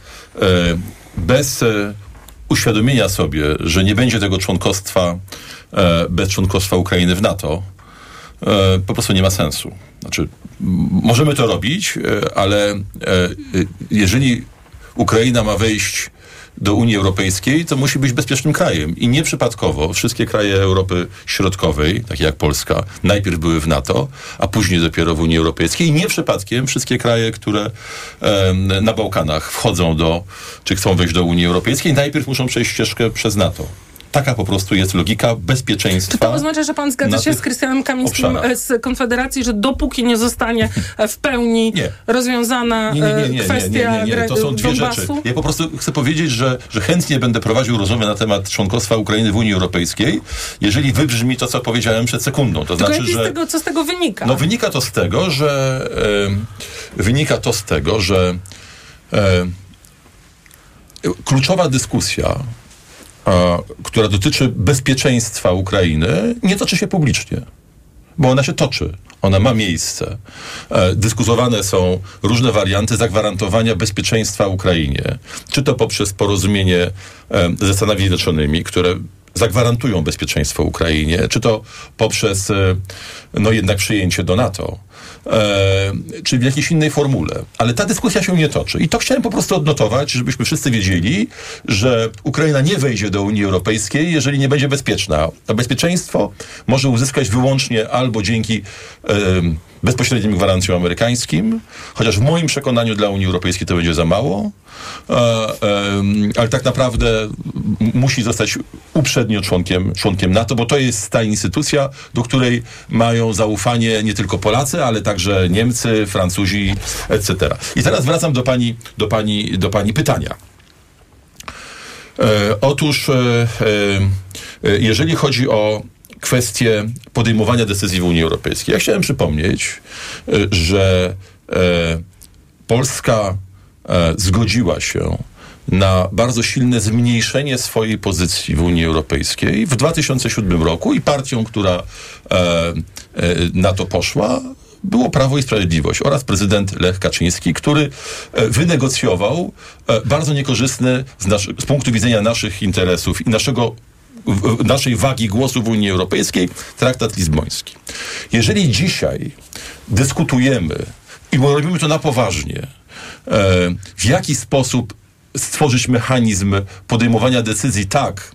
Bez uświadomienia sobie, że nie będzie tego członkostwa bez członkostwa Ukrainy w NATO, po prostu nie ma sensu. Znaczy, możemy to robić, ale jeżeli Ukraina ma wejść do Unii Europejskiej, to musi być bezpiecznym krajem. I nieprzypadkowo wszystkie kraje Europy Środkowej, takie jak Polska, najpierw były w NATO, a później dopiero w Unii Europejskiej. I nie przypadkiem wszystkie kraje, które na Bałkanach wchodzą czy chcą wejść do Unii Europejskiej, najpierw muszą przejść ścieżkę przez NATO. Taka po prostu jest logika bezpieczeństwa. Czy to oznacza, że pan zgadza się z Krystianem Kamińskim z Konfederacji, że dopóki nie zostanie w pełni rozwiązana kwestia to są dwie Donbasu? rzeczy. Ja po prostu chcę powiedzieć, że chętnie będę prowadził rozmowę na temat członkostwa Ukrainy w Unii Europejskiej, jeżeli wybrzmi to, co powiedziałem przed sekundą. To znaczy, że co z tego wynika? No wynika to z tego, że kluczowa dyskusja, która dotyczy bezpieczeństwa Ukrainy, nie toczy się publicznie. Bo ona się toczy. Ona ma miejsce. Dyskutowane są różne warianty zagwarantowania bezpieczeństwa Ukrainie. Czy to poprzez porozumienie ze Stanami Zjednoczonymi, które zagwarantują bezpieczeństwo Ukrainie, czy to poprzez jednak przyjęcie do NATO, czy w jakiejś innej formule. Ale ta dyskusja się nie toczy. I to chciałem po prostu odnotować, żebyśmy wszyscy wiedzieli, że Ukraina nie wejdzie do Unii Europejskiej, jeżeli nie będzie bezpieczna. A bezpieczeństwo może uzyskać wyłącznie albo dzięki bezpośrednim gwarancjom amerykańskim, chociaż w moim przekonaniu dla Unii Europejskiej to będzie za mało, ale tak naprawdę musi zostać uprzednio członkiem NATO, bo to jest ta instytucja, do której mają zaufanie nie tylko Polacy, ale także Niemcy, Francuzi, etc. I teraz wracam do pani pytania. Otóż jeżeli chodzi o kwestię podejmowania decyzji w Unii Europejskiej, ja chciałem przypomnieć, że Polska zgodziła się na bardzo silne zmniejszenie swojej pozycji w Unii Europejskiej w 2007 roku i partią, która na to poszła, było Prawo i Sprawiedliwość oraz prezydent Lech Kaczyński, który wynegocjował bardzo niekorzystny z punktu widzenia naszych interesów i naszej wagi głosu w Unii Europejskiej traktat lizboński. Jeżeli dzisiaj dyskutujemy i robimy to na poważnie, w jaki sposób stworzyć mechanizm podejmowania decyzji tak,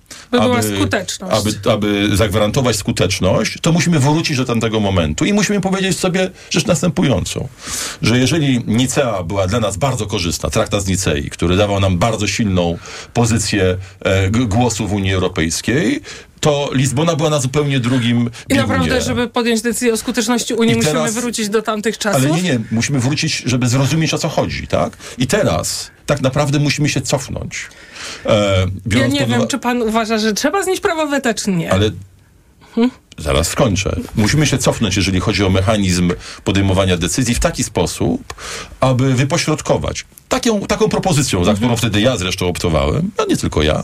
aby zagwarantować skuteczność, to musimy wrócić do tamtego momentu i musimy powiedzieć sobie rzecz następującą, że jeżeli Nicea była dla nas bardzo korzystna, traktat z Nicei, który dawał nam bardzo silną pozycję głosu w Unii Europejskiej, to Lizbona była na zupełnie drugim biegunie. I naprawdę, żeby podjąć decyzję o skuteczności Unii, musimy wrócić do tamtych czasów? Ale nie, musimy wrócić, żeby zrozumieć, o co chodzi, tak? I teraz tak naprawdę musimy się cofnąć. Ja nie wiem, czy pan uważa, że trzeba znieść prawo weta, czy nie? Ale zaraz skończę. Musimy się cofnąć, jeżeli chodzi o mechanizm podejmowania decyzji w taki sposób, aby wypośrodkować taką propozycją, za którą wtedy ja zresztą optowałem, no nie tylko ja,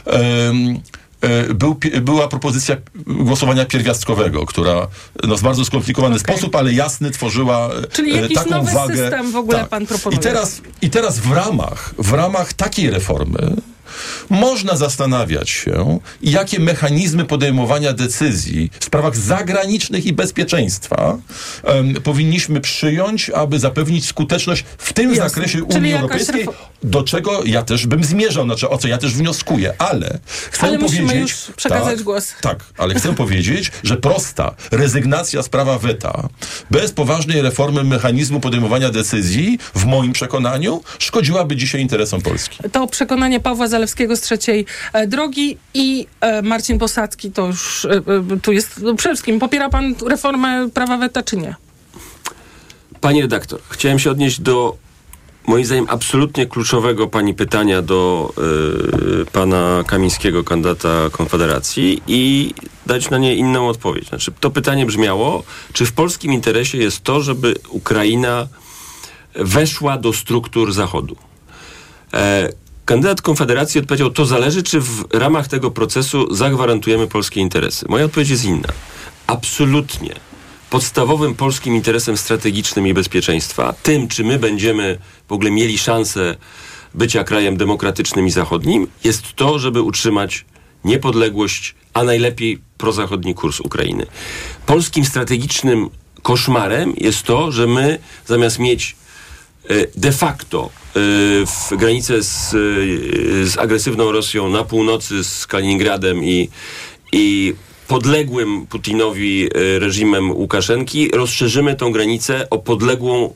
była propozycja głosowania pierwiastkowego, która w bardzo skomplikowany sposób, ale jasny tworzyła czyli jakiś taką nowy wagę. System w ogóle pan proponuje. I teraz w ramach takiej reformy można zastanawiać się, jakie mechanizmy podejmowania decyzji w sprawach zagranicznych i bezpieczeństwa powinniśmy przyjąć, aby zapewnić skuteczność w tym zakresie Unii Europejskiej, do czego ja też bym zmierzał, o co ja też wnioskuję, ale chcę musimy już przekazać głos. Tak, ale chcę powiedzieć, że prosta rezygnacja z prawa weta bez poważnej reformy mechanizmu podejmowania decyzji, w moim przekonaniu, szkodziłaby dzisiaj interesom Polski. To przekonanie Pawła Zalewskiego z Trzeciej Drogi i Marcin Posadzki, to już tu jest przede wszystkim. Popiera pan reformę prawa weta, czy nie? Pani redaktor, chciałem się odnieść do moim zdaniem absolutnie kluczowego pani pytania do pana Kamińskiego, kandydata Konfederacji, i dać na nie inną odpowiedź. Znaczy, to pytanie brzmiało, czy w polskim interesie jest to, żeby Ukraina weszła do struktur Zachodu? Kandydat Konfederacji odpowiedział, to zależy, czy w ramach tego procesu zagwarantujemy polskie interesy. Moja odpowiedź jest inna. Absolutnie. Podstawowym polskim interesem strategicznym i bezpieczeństwa, tym, czy my będziemy w ogóle mieli szansę bycia krajem demokratycznym i zachodnim, jest to, żeby utrzymać niepodległość, a najlepiej prozachodni kurs Ukrainy. Polskim strategicznym koszmarem jest to, że my zamiast mieć de facto w granicę z agresywną Rosją na północy, z Kaliningradem i podległym Putinowi reżimem Łukaszenki, rozszerzymy tą granicę o podległą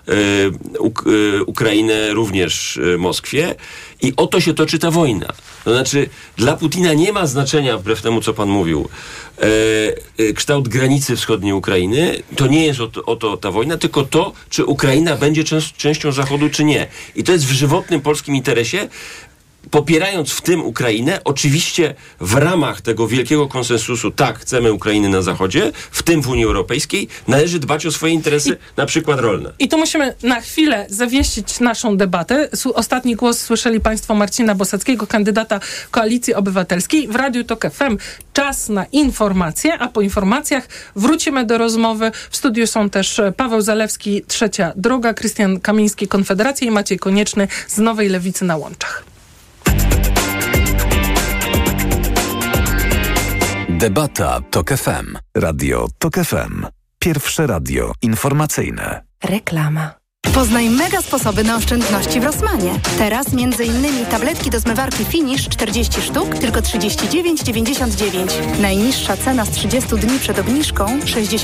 Ukrainę, również Moskwie, i o to się toczy ta wojna. To znaczy, dla Putina nie ma znaczenia, wbrew temu, co pan mówił, kształt granicy wschodniej Ukrainy. To nie jest o to ta wojna, tylko to, czy Ukraina będzie częścią Zachodu, czy nie. I to jest w żywotnym polskim interesie. popierając w tym Ukrainę, oczywiście w ramach tego wielkiego konsensusu, tak, chcemy Ukrainy na Zachodzie, w tym w Unii Europejskiej, należy dbać o swoje interesy, na przykład rolne. I tu musimy na chwilę zawieścić naszą debatę. Ostatni głos słyszeli Państwo Marcina Bosackiego, kandydata Koalicji Obywatelskiej w Radiu Tok FM. Czas na informacje, a po informacjach wrócimy do rozmowy. W studiu są też Paweł Zalewski, Trzecia Droga, Krystian Kamiński, Konfederacja i Maciej Konieczny z Nowej Lewicy na Łączach. Debata Tok FM. Radio Tok FM. Pierwsze radio informacyjne. Reklama. Poznaj mega sposoby na oszczędności w Rossmanie. Teraz m.in. tabletki do zmywarki Finish 40 sztuk, tylko 39,99. Najniższa cena z 30 dni przed obniżką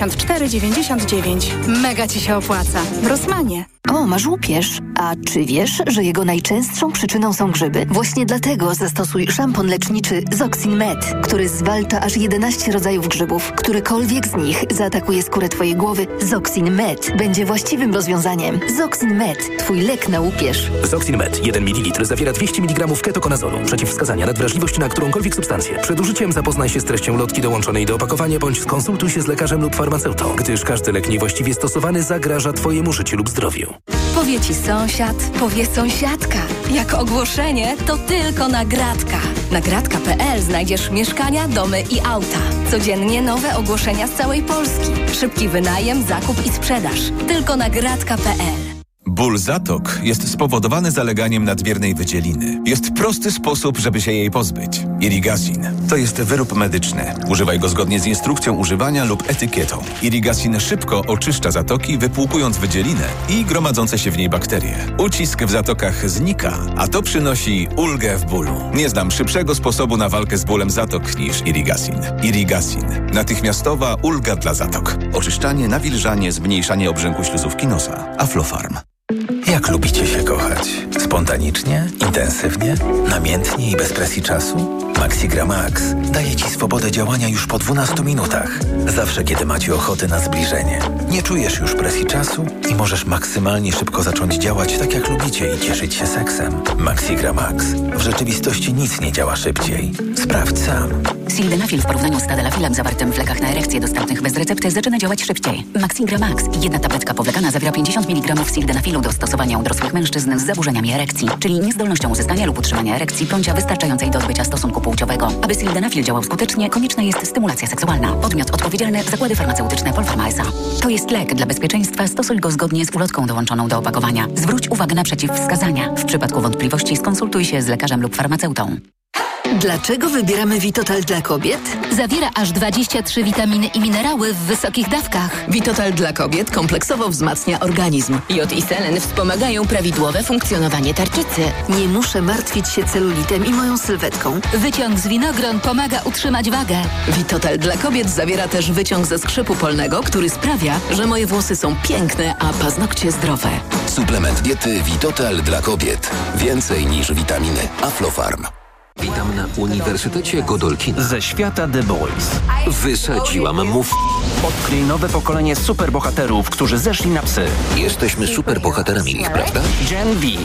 64,99. Mega Ci się opłaca. W Rossmanie. O, masz łupież. A czy wiesz, że jego najczęstszą przyczyną są grzyby? Właśnie dlatego zastosuj szampon leczniczy Zoxin Med, który zwalcza aż 11 rodzajów grzybów. Którykolwiek z nich zaatakuje skórę Twojej głowy, Zoxin Med będzie właściwym rozwiązaniem. Zoxin Med, Twój lek na łupież. Zoxin Med, 1 ml zawiera 200 mg ketokonazolu. Przeciwwskazania, nadwrażliwość na którąkolwiek substancję. Przed użyciem zapoznaj się z treścią lotki dołączonej do opakowania bądź skonsultuj się z lekarzem lub farmaceutą, gdyż każdy lek niewłaściwie stosowany zagraża Twojemu życiu lub zdrowiu. Powie Ci sąsiad, powie sąsiadka. Jak ogłoszenie, to tylko Nagradka. Nagradka.pl znajdziesz mieszkania, domy i auta. Codziennie nowe ogłoszenia z całej Polski. Szybki wynajem, zakup i sprzedaż. Tylko Nagradka.pl. Ból zatok jest spowodowany zaleganiem nadmiernej wydzieliny. Jest prosty sposób, żeby się jej pozbyć. Irigasin. To jest wyrób medyczny. Używaj go zgodnie z instrukcją używania lub etykietą. Irigasin szybko oczyszcza zatoki, wypłukując wydzielinę i gromadzące się w niej bakterie. Ucisk w zatokach znika, a to przynosi ulgę w bólu. Nie znam szybszego sposobu na walkę z bólem zatok niż Irigasin. Irigasin. Natychmiastowa ulga dla zatok. Oczyszczanie, nawilżanie, zmniejszanie obrzęku śluzówki nosa. Aflofarm. Jak lubicie się kochać? Spontanicznie? Intensywnie? Namiętnie i bez presji czasu? Maxigra Max daje Ci swobodę działania już po 12 minutach. Zawsze, kiedy macie ochotę na zbliżenie. Nie czujesz już presji czasu i możesz maksymalnie szybko zacząć działać tak, jak lubicie i cieszyć się seksem. Maxigra Max. W rzeczywistości nic nie działa szybciej. Sprawdź sam. Sildenafil w porównaniu z tadalafilem zawartym w lekach na erekcję dostępnych bez recepty zaczyna działać szybciej. Maxigra Max. Jedna tabletka powlekana zawiera 50 mg sildenafilu do stosowania u dorosłych mężczyzn z zaburzeniami erekcji, czyli niezdolnością uzyskania lub utrzymania erekcji bądź wystarczającej do odbycia stosunku płciowego. Aby sildenafil działał skutecznie, konieczna jest stymulacja seksualna. Podmiot odpowiedzialny: Zakłady Farmaceutyczne Polpharma S.A. To jest lek. Dla bezpieczeństwa stosuj go zgodnie z ulotką dołączoną do opakowania. Zwróć uwagę na przeciwwskazania. W przypadku wątpliwości skonsultuj się z lekarzem lub farmaceutą. Dlaczego wybieramy Vitotal dla kobiet? Zawiera aż 23 witaminy i minerały w wysokich dawkach. Vitotal dla kobiet kompleksowo wzmacnia organizm. Jod i selen wspomagają prawidłowe funkcjonowanie tarczycy. Nie muszę martwić się celulitem i moją sylwetką. Wyciąg z winogron pomaga utrzymać wagę. Vitotal dla kobiet zawiera też wyciąg ze skrzypu polnego, który sprawia, że moje włosy są piękne, a paznokcie zdrowe. Suplement diety Vitotal dla kobiet. Więcej niż witaminy. Aflofarm. Witam na Uniwersytecie Godolkina. Ze świata The Boys. Wysadziłam mów. Odkryj nowe pokolenie superbohaterów, którzy zeszli na psy. Jesteśmy superbohaterami ich, prawda? Gen V.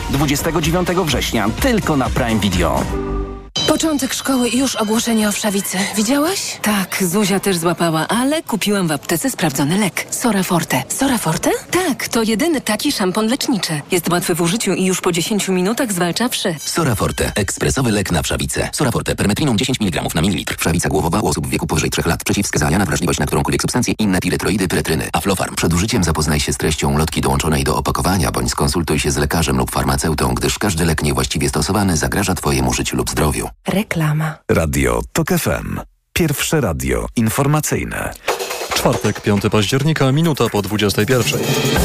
29 września. Tylko na Prime Video. Początek szkoły i już ogłoszenie o wszawicy. Widziałaś? Tak, Zuzia też złapała, ale kupiłam w aptece sprawdzony lek. Sora Forte. Sora Forte? Tak, to jedyny taki szampon leczniczy. Jest łatwy w użyciu i już po 10 minutach zwalcza wszy. Sora Forte. Ekspresowy lek na wszawicę. Sora Forte. Permetriną 10 mg na mililitr. Wszawica głowowa u osób w wieku powyżej 3 lat. Przeciwwskazania na wrażliwość na którąkolwiek substancję. Inne piretroidy, pyretryny. Aflofarm. Przed użyciem zapoznaj się z treścią lotki dołączonej do opakowania, bądź skonsultuj się z lekarzem lub farmaceutą, gdyż każdy lek niewłaściwie stosowany zagraża Twojemu życiu lub zdrowiu. Reklama. Radio Tok FM. Pierwsze radio informacyjne. Czwartek, 5 października, minuta po 21.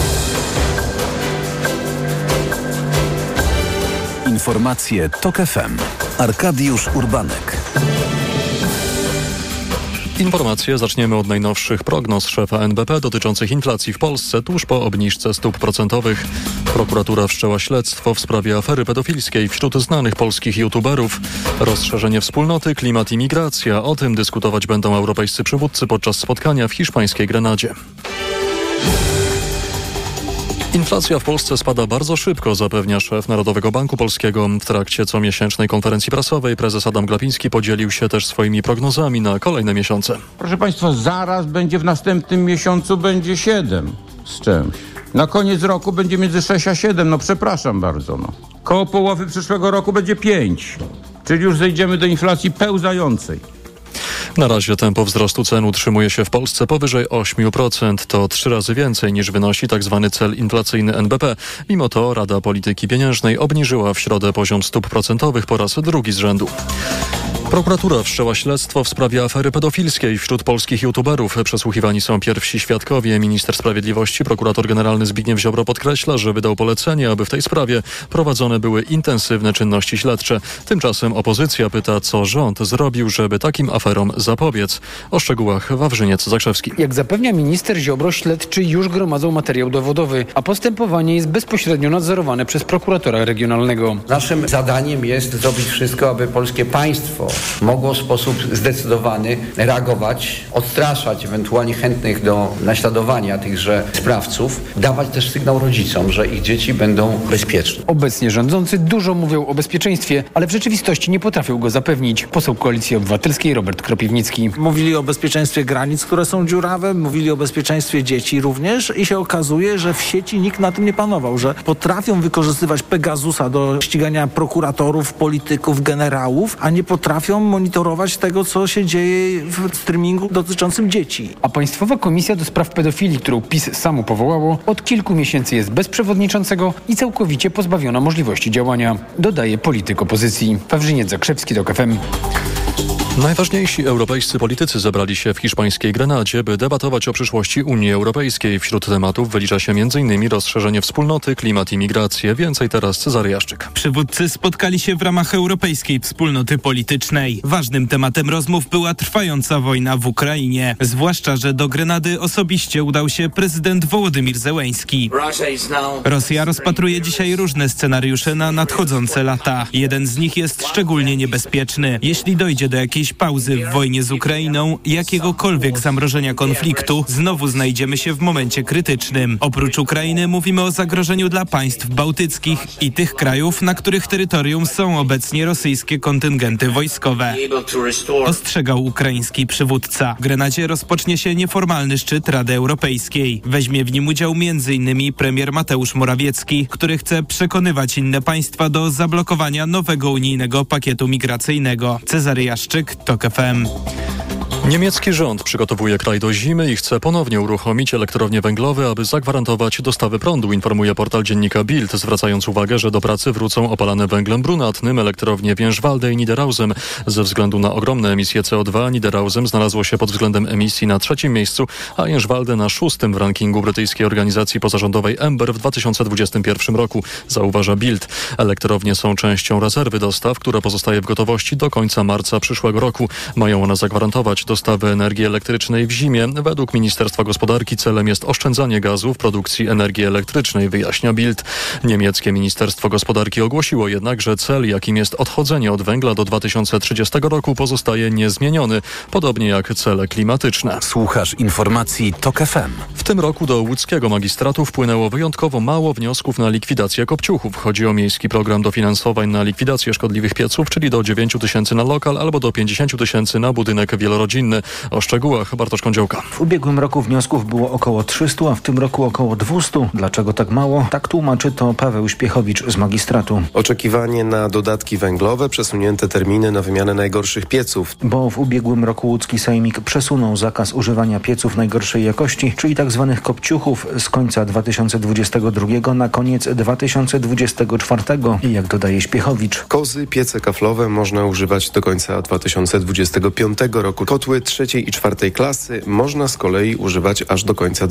Informacje Tok FM. Arkadiusz Urbanek. Informacje zaczniemy od najnowszych prognoz szefa NBP dotyczących inflacji w Polsce tuż po obniżce stóp procentowych. Prokuratura wszczęła śledztwo w sprawie afery pedofilskiej wśród znanych polskich youtuberów. Rozszerzenie wspólnoty, klimat i migracja. O tym dyskutować będą europejscy przywódcy podczas spotkania w hiszpańskiej Grenadzie. Inflacja w Polsce spada bardzo szybko, zapewnia szef Narodowego Banku Polskiego. W trakcie comiesięcznej konferencji prasowej prezes Adam Glapiński podzielił się też swoimi prognozami na kolejne miesiące. Proszę Państwa, zaraz będzie w następnym miesiącu będzie 7 z czymś. Na koniec roku będzie między 6 a 7, no przepraszam bardzo. Koło połowy przyszłego roku będzie 5, czyli już zejdziemy do inflacji pełzającej. Na razie tempo wzrostu cen utrzymuje się w Polsce powyżej 8%. To 3 razy więcej niż wynosi tzw. cel inflacyjny NBP. Mimo to Rada Polityki Pieniężnej obniżyła w środę poziom stóp procentowych po raz drugi z rzędu. Prokuratura wszczęła śledztwo w sprawie afery pedofilskiej wśród polskich youtuberów. Przesłuchiwani są pierwsi świadkowie. Minister Sprawiedliwości, prokurator generalny Zbigniew Ziobro podkreśla, że wydał polecenie, aby w tej sprawie prowadzone były intensywne czynności śledcze. Tymczasem opozycja pyta, co rząd zrobił, żeby takim aferom zapobiec. O szczegółach Wawrzyniec Zakrzewski. Jak zapewnia minister Ziobro, śledczy już gromadzą materiał dowodowy, a postępowanie jest bezpośrednio nadzorowane przez prokuratora regionalnego. Naszym zadaniem jest zrobić wszystko, aby polskie państwo mogło w sposób zdecydowany reagować, odstraszać ewentualnie chętnych do naśladowania tychże sprawców, dawać też sygnał rodzicom, że ich dzieci będą bezpieczne. Obecnie rządzący dużo mówią o bezpieczeństwie, ale w rzeczywistości nie potrafią go zapewnić. Poseł Koalicji Obywatelskiej Robert Kropiwnicki. Mówili o bezpieczeństwie granic, które są dziurawe, mówili o bezpieczeństwie dzieci również i się okazuje, że w sieci nikt na tym nie panował, że potrafią wykorzystywać Pegasusa do ścigania prokuratorów, polityków, generałów, a nie potrafią monitorować tego, co się dzieje w streamingu dotyczącym dzieci. A Państwowa Komisja do Spraw Pedofilii, którą PiS samo powołało, od kilku miesięcy jest bez przewodniczącego i całkowicie pozbawiona możliwości działania, dodaje polityk opozycji. Wawrzyniec Zakrzewski, TOK FM. Najważniejsi europejscy politycy zebrali się w hiszpańskiej Grenadzie, by debatować o przyszłości Unii Europejskiej. Wśród tematów wylicza się m.in. rozszerzenie wspólnoty, klimat i migrację. Więcej teraz Cezary Jaszczyk. Przywódcy spotkali się w ramach Europejskiej Wspólnoty Politycznej. Ważnym tematem rozmów była trwająca wojna w Ukrainie. Zwłaszcza, że do Grenady osobiście udał się prezydent Wołodymir Zełenski. Rosja rozpatruje dzisiaj różne scenariusze na nadchodzące lata. Jeden z nich jest szczególnie niebezpieczny. Jeśli dojdzie do jakiejś pauzy w wojnie z Ukrainą, jakiegokolwiek zamrożenia konfliktu, znowu znajdziemy się w momencie krytycznym. Oprócz Ukrainy mówimy o zagrożeniu dla państw bałtyckich i tych krajów, na których terytorium są obecnie rosyjskie kontyngenty wojskowe. Ostrzegał ukraiński przywódca. W Grenadzie rozpocznie się nieformalny szczyt Rady Europejskiej. Weźmie w nim udział m.in. premier Mateusz Morawiecki, który chce przekonywać inne państwa do zablokowania nowego unijnego pakietu migracyjnego. Cezary Jaszczyk, TOK FM. Niemiecki rząd przygotowuje kraj do zimy i chce ponownie uruchomić elektrownie węglowe, aby zagwarantować dostawy prądu, informuje portal dziennika Bild, zwracając uwagę, że do pracy wrócą opalane węglem brunatnym elektrownie Węschwalde i Niederausen. Ze względu na ogromne emisje CO2 Niederausen znalazło się pod względem emisji na 3. miejscu, a Węschwalde na 6. w rankingu brytyjskiej organizacji pozarządowej Ember w 2021 roku, zauważa Bild. Elektrownie są częścią rezerwy dostaw, która pozostaje w gotowości do końca marca przyszłego roku. Mają one zagwarantować dostawy energii elektrycznej w zimie. Według Ministerstwa Gospodarki celem jest oszczędzanie gazu w produkcji energii elektrycznej, wyjaśnia Bild. Niemieckie Ministerstwo Gospodarki ogłosiło jednak, że cel, jakim jest odchodzenie od węgla do 2030 roku, pozostaje niezmieniony, podobnie jak cele klimatyczne. Słuchasz informacji TOK FM. W tym roku do łódzkiego magistratu wpłynęło wyjątkowo mało wniosków na likwidację kopciuchów. Chodzi o miejski program dofinansowań na likwidację szkodliwych pieców, czyli do 9 000 na lokal albo do 50 000 na budynek wielorodzinny. O szczegółach Bartosz Kądziołka. W ubiegłym roku wniosków było około 300, a w tym roku około 200. Dlaczego tak mało? Tak tłumaczy to Paweł Śpiechowicz z magistratu. Oczekiwanie na dodatki węglowe, przesunięte terminy na wymianę najgorszych pieców. Bo w ubiegłym roku łódzki sejmik przesunął zakaz używania pieców najgorszej jakości, czyli tzw. kopciuchów z końca 2022 na koniec 2024. I jak dodaje Śpiechowicz, kozy, piece kaflowe można używać do końca 2025 roku. Kotły 3. i 4. klasy można z kolei używać aż do końca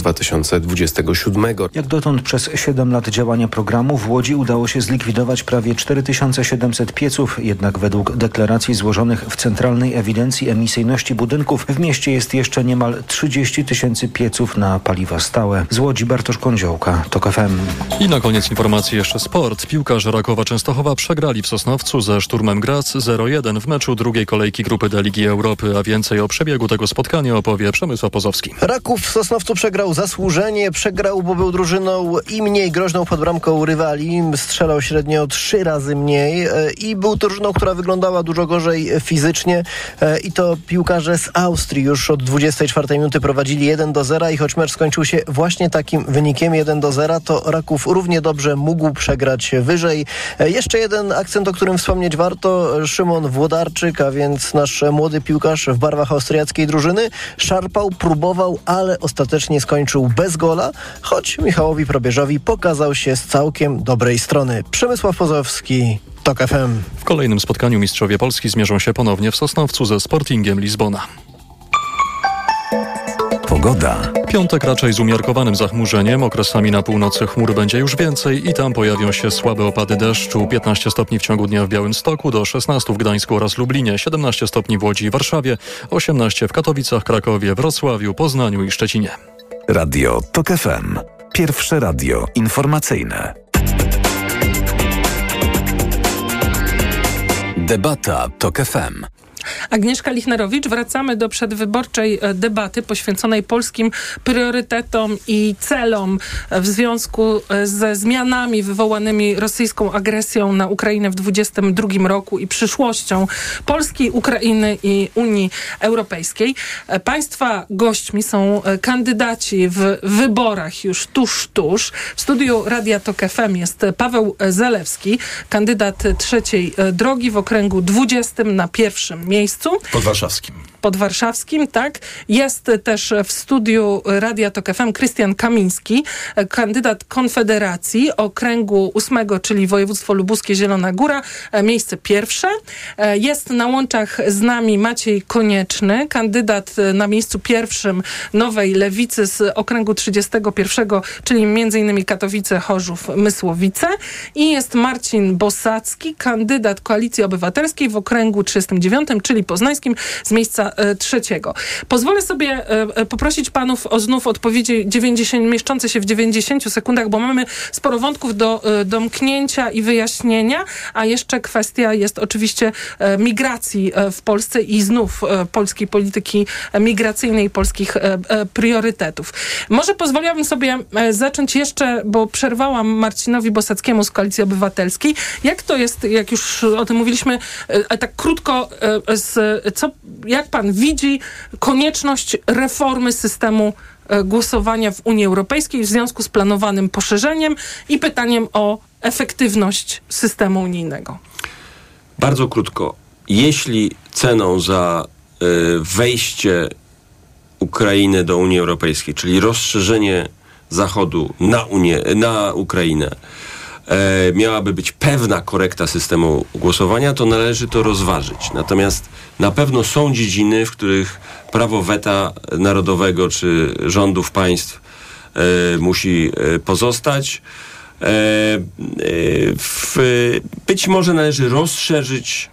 2027. Jak dotąd przez 7 lat działania programu w Łodzi udało się zlikwidować prawie 4700 pieców, jednak według deklaracji złożonych w Centralnej Ewidencji Emisyjności Budynków w mieście jest jeszcze niemal 30 000 pieców na paliwa stałe. Z Łodzi Bartosz Kądziołka, TOK FM. I na koniec informacji jeszcze sport. Piłkarze Rakowa Częstochowa przegrali w Sosnowcu ze Szturmem Graz 0-1 w meczu drugiej kolejki grupy D Ligi Europy, a więcej o przebiegu tego spotkania opowie Przemysław Pozowski. Raków w Sosnowcu przegrał zasłużenie. Przegrał, bo był drużyną i mniej groźną pod bramką rywali. Strzelał średnio 3 razy mniej i był drużyną, która wyglądała dużo gorzej fizycznie. I to piłkarze z Austrii już od 24 minuty prowadzili 1-0 i choć mecz skończył się właśnie takim wynikiem 1-0, to Raków równie dobrze mógł przegrać wyżej. Jeszcze jeden akcent, o którym wspomnieć warto. Szymon Włodarczyk, a więc nasz młody piłkarz w barwach austriackiej drużyny, szarpał, próbował, ale ostatecznie skończył bez gola, choć Michałowi Probierzowi pokazał się z całkiem dobrej strony. Przemysław Pozowski, TOK FM. W kolejnym spotkaniu mistrzowie Polski zmierzą się ponownie w Sosnowcu ze Sportingiem Lizbona. Pogoda. Piątek raczej z umiarkowanym zachmurzeniem. Okresami na północy chmur będzie już więcej i tam pojawią się słabe opady deszczu. 15 stopni w ciągu dnia w Białymstoku, do 16 w Gdańsku oraz Lublinie, 17 stopni w Łodzi i Warszawie, 18 w Katowicach, Krakowie, Wrocławiu, Poznaniu i Szczecinie. Radio TOK FM. Pierwsze radio informacyjne. Debata TOK FM. Agnieszka Lichnerowicz. Wracamy do przedwyborczej debaty poświęconej polskim priorytetom i celom w związku ze zmianami wywołanymi rosyjską agresją na Ukrainę w 2022 roku i przyszłością Polski, Ukrainy i Unii Europejskiej. Państwa gośćmi są kandydaci w wyborach już tuż. W studiu Radia TOK FM jest Paweł Zalewski, kandydat trzeciej drogi w okręgu 20 na pierwszym miejscu. Podwarszawskim, tak. Jest też w studiu Radia TOK FM Krystian Kamiński, kandydat Konfederacji okręgu 8, czyli województwo lubuskie, Zielona Góra, miejsce pierwsze. Jest na łączach z nami Maciej Konieczny, kandydat na miejscu pierwszym Nowej Lewicy z okręgu 31, czyli m.in. Katowice, Chorzów, Mysłowice. I jest Marcin Bosacki, kandydat Koalicji Obywatelskiej w okręgu 39, czyli poznańskim, z miejsca trzeciego. Pozwolę sobie poprosić panów o znów odpowiedzi mieszczące się w 90 sekundach, bo mamy sporo wątków do domknięcia i wyjaśnienia, a jeszcze kwestia jest oczywiście migracji w Polsce i znów polskiej polityki migracyjnej, polskich priorytetów. Może pozwoliłabym sobie zacząć jeszcze, bo przerwałam Marcinowi Bosackiemu z Koalicji Obywatelskiej. Jak to jest, jak już o tym mówiliśmy, tak krótko, jak pan widzi konieczność reformy systemu głosowania w Unii Europejskiej w związku z planowanym poszerzeniem i pytaniem o efektywność systemu unijnego? Bardzo krótko. Jeśli ceną za wejście Ukrainy do Unii Europejskiej, czyli rozszerzenie Zachodu na Ukrainę, miałaby być pewna korekta systemu głosowania, to należy to rozważyć. Natomiast na pewno są dziedziny, w których prawo weta narodowego czy rządów państw musi pozostać. Być może należy rozszerzyć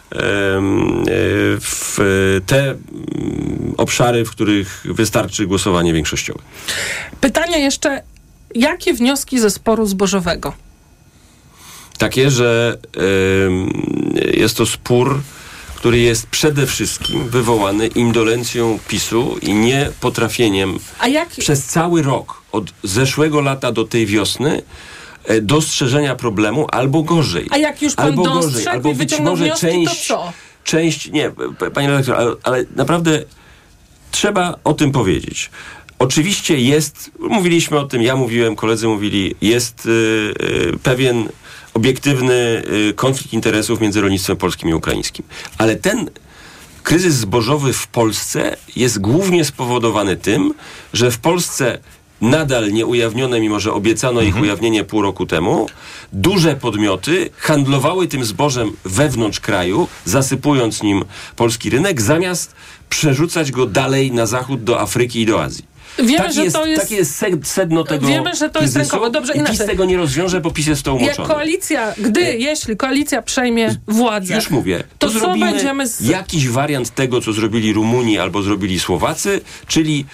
w te obszary, w których wystarczy głosowanie większościowe. Pytanie jeszcze, jakie wnioski ze sporu zbożowego? Takie, że jest to spór, który jest przede wszystkim wywołany indolencją PiS-u i niepotrafieniem przez cały rok, od zeszłego lata do tej wiosny, dostrzeżenia problemu, albo gorzej. A jak już pan dostrzegł i wyciągnął wnioski, to co? Nie, panie redaktor, ale naprawdę trzeba o tym powiedzieć. Oczywiście jest, mówiliśmy o tym, ja mówiłem, koledzy mówili, jest pewien obiektywny konflikt interesów między rolnictwem polskim i ukraińskim. Ale ten kryzys zbożowy w Polsce jest głównie spowodowany tym, że w Polsce nadal nie ujawnione, mimo że obiecano ich ujawnienie pół roku temu, duże podmioty handlowały tym zbożem wewnątrz kraju, zasypując nim polski rynek, zamiast przerzucać go dalej na zachód, do Afryki i do Azji. Wiemy, że to jest... Takie jest sedno tego Wiemy, że to jest rynkowo. Dobrze, i PiS tego nie rozwiąże, bo PiS jest w to umoczony. Jeśli koalicja przejmie władzę, już mówię, to co będziemy jakiś wariant tego, co zrobili Rumuni albo zrobili Słowacy, czyli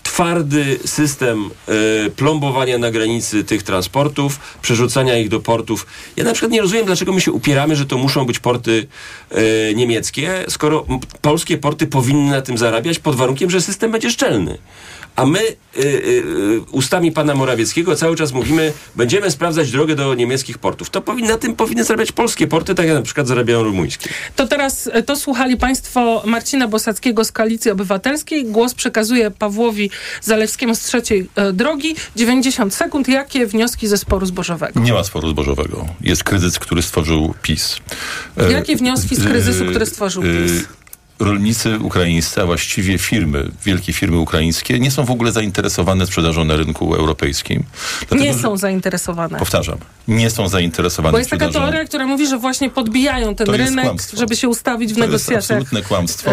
twardy system plombowania na granicy tych transportów, przerzucania ich do portów. Ja na przykład nie rozumiem, dlaczego my się upieramy, że to muszą być porty niemieckie, skoro polskie porty powinny na tym zarabiać pod warunkiem, że system będzie szczelny. A my ustami pana Morawieckiego cały czas mówimy, będziemy sprawdzać drogę do niemieckich portów. Na tym powinny zarabiać polskie porty, tak jak na przykład zarabiają rumuńskie. To teraz, słuchali państwo Marcina Bosackiego z Koalicji Obywatelskiej. Głos przekazuje Pawłowi Zalewskiemu z Trzeciej Drogi. 90 sekund. Jakie wnioski ze sporu zbożowego? Nie ma sporu zbożowego. Jest kryzys, który stworzył PiS. Jakie wnioski z kryzysu, który stworzył PiS? Rolnicy ukraińscy, a właściwie wielkie firmy ukraińskie nie są w ogóle zainteresowane sprzedażą na rynku europejskim. Dlatego, nie są zainteresowane. Powtarzam, nie są zainteresowane Bo jest taka teoria, która mówi, że właśnie podbijają ten rynek, żeby się ustawić w negocjacjach. To jest absolutne kłamstwo.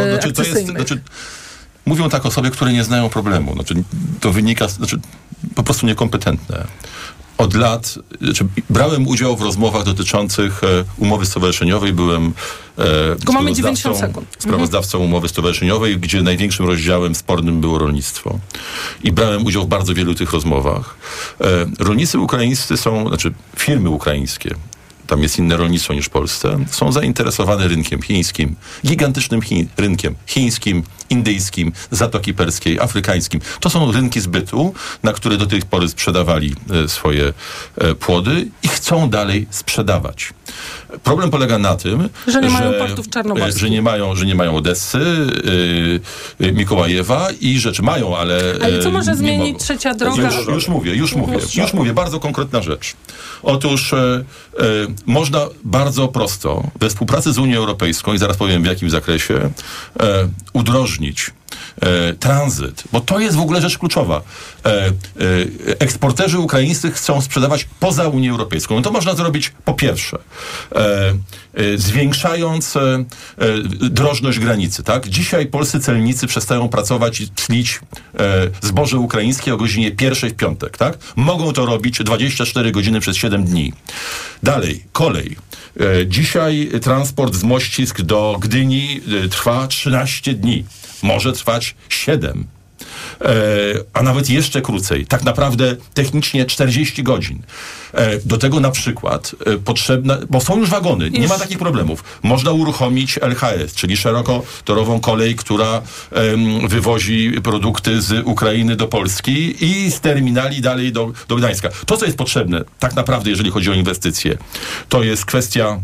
Mówią tak osoby, które nie znają problemu. To wynika, po prostu niekompetentne. Od lat, brałem udział w rozmowach dotyczących umowy stowarzyszeniowej, byłem sprawozdawcą umowy stowarzyszeniowej, gdzie największym rozdziałem spornym było rolnictwo. I brałem udział w bardzo wielu tych rozmowach. Rolnicy ukraińscy firmy ukraińskie, tam jest inne rolnictwo niż w Polsce, są zainteresowane rynkiem chińskim, gigantycznym rynkiem chińskim, indyjskim, Zatoki Perskiej, afrykańskim. To są rynki zbytu, na które do tej pory sprzedawali swoje płody i chcą dalej sprzedawać. Problem polega na tym, że nie mają portów czarnomorskich. Że nie mają Odessy, Mikołajewa i rzeczy mają, ale co może zmienić Trzecia Droga? Już mówię. Bardzo konkretna rzecz. Otóż można bardzo prosto we współpracy z Unią Europejską, i zaraz powiem w jakim zakresie, udrożnić tranzyt, bo to jest w ogóle rzecz kluczowa. Eksporterzy ukraińscy chcą sprzedawać poza Unię Europejską. To można zrobić po pierwsze zwiększając drożność granicy. Tak? Dzisiaj polscy celnicy przestają pracować i clić zboże ukraińskie o godzinie 1:00 w piątek. Tak? Mogą to robić 24 godziny przez 7 dni. Dalej, kolej. Dzisiaj transport z Mościsk do Gdyni trwa 13 dni. Może trwać 7. A nawet jeszcze krócej. Tak naprawdę technicznie 40 godzin. Do tego na przykład potrzebne, bo są już wagony, nie ma takich problemów. Można uruchomić LHS, czyli szerokotorową kolej, która wywozi produkty z Ukrainy do Polski i z terminali dalej do Gdańska. To, co jest potrzebne tak naprawdę, jeżeli chodzi o inwestycje, to jest kwestia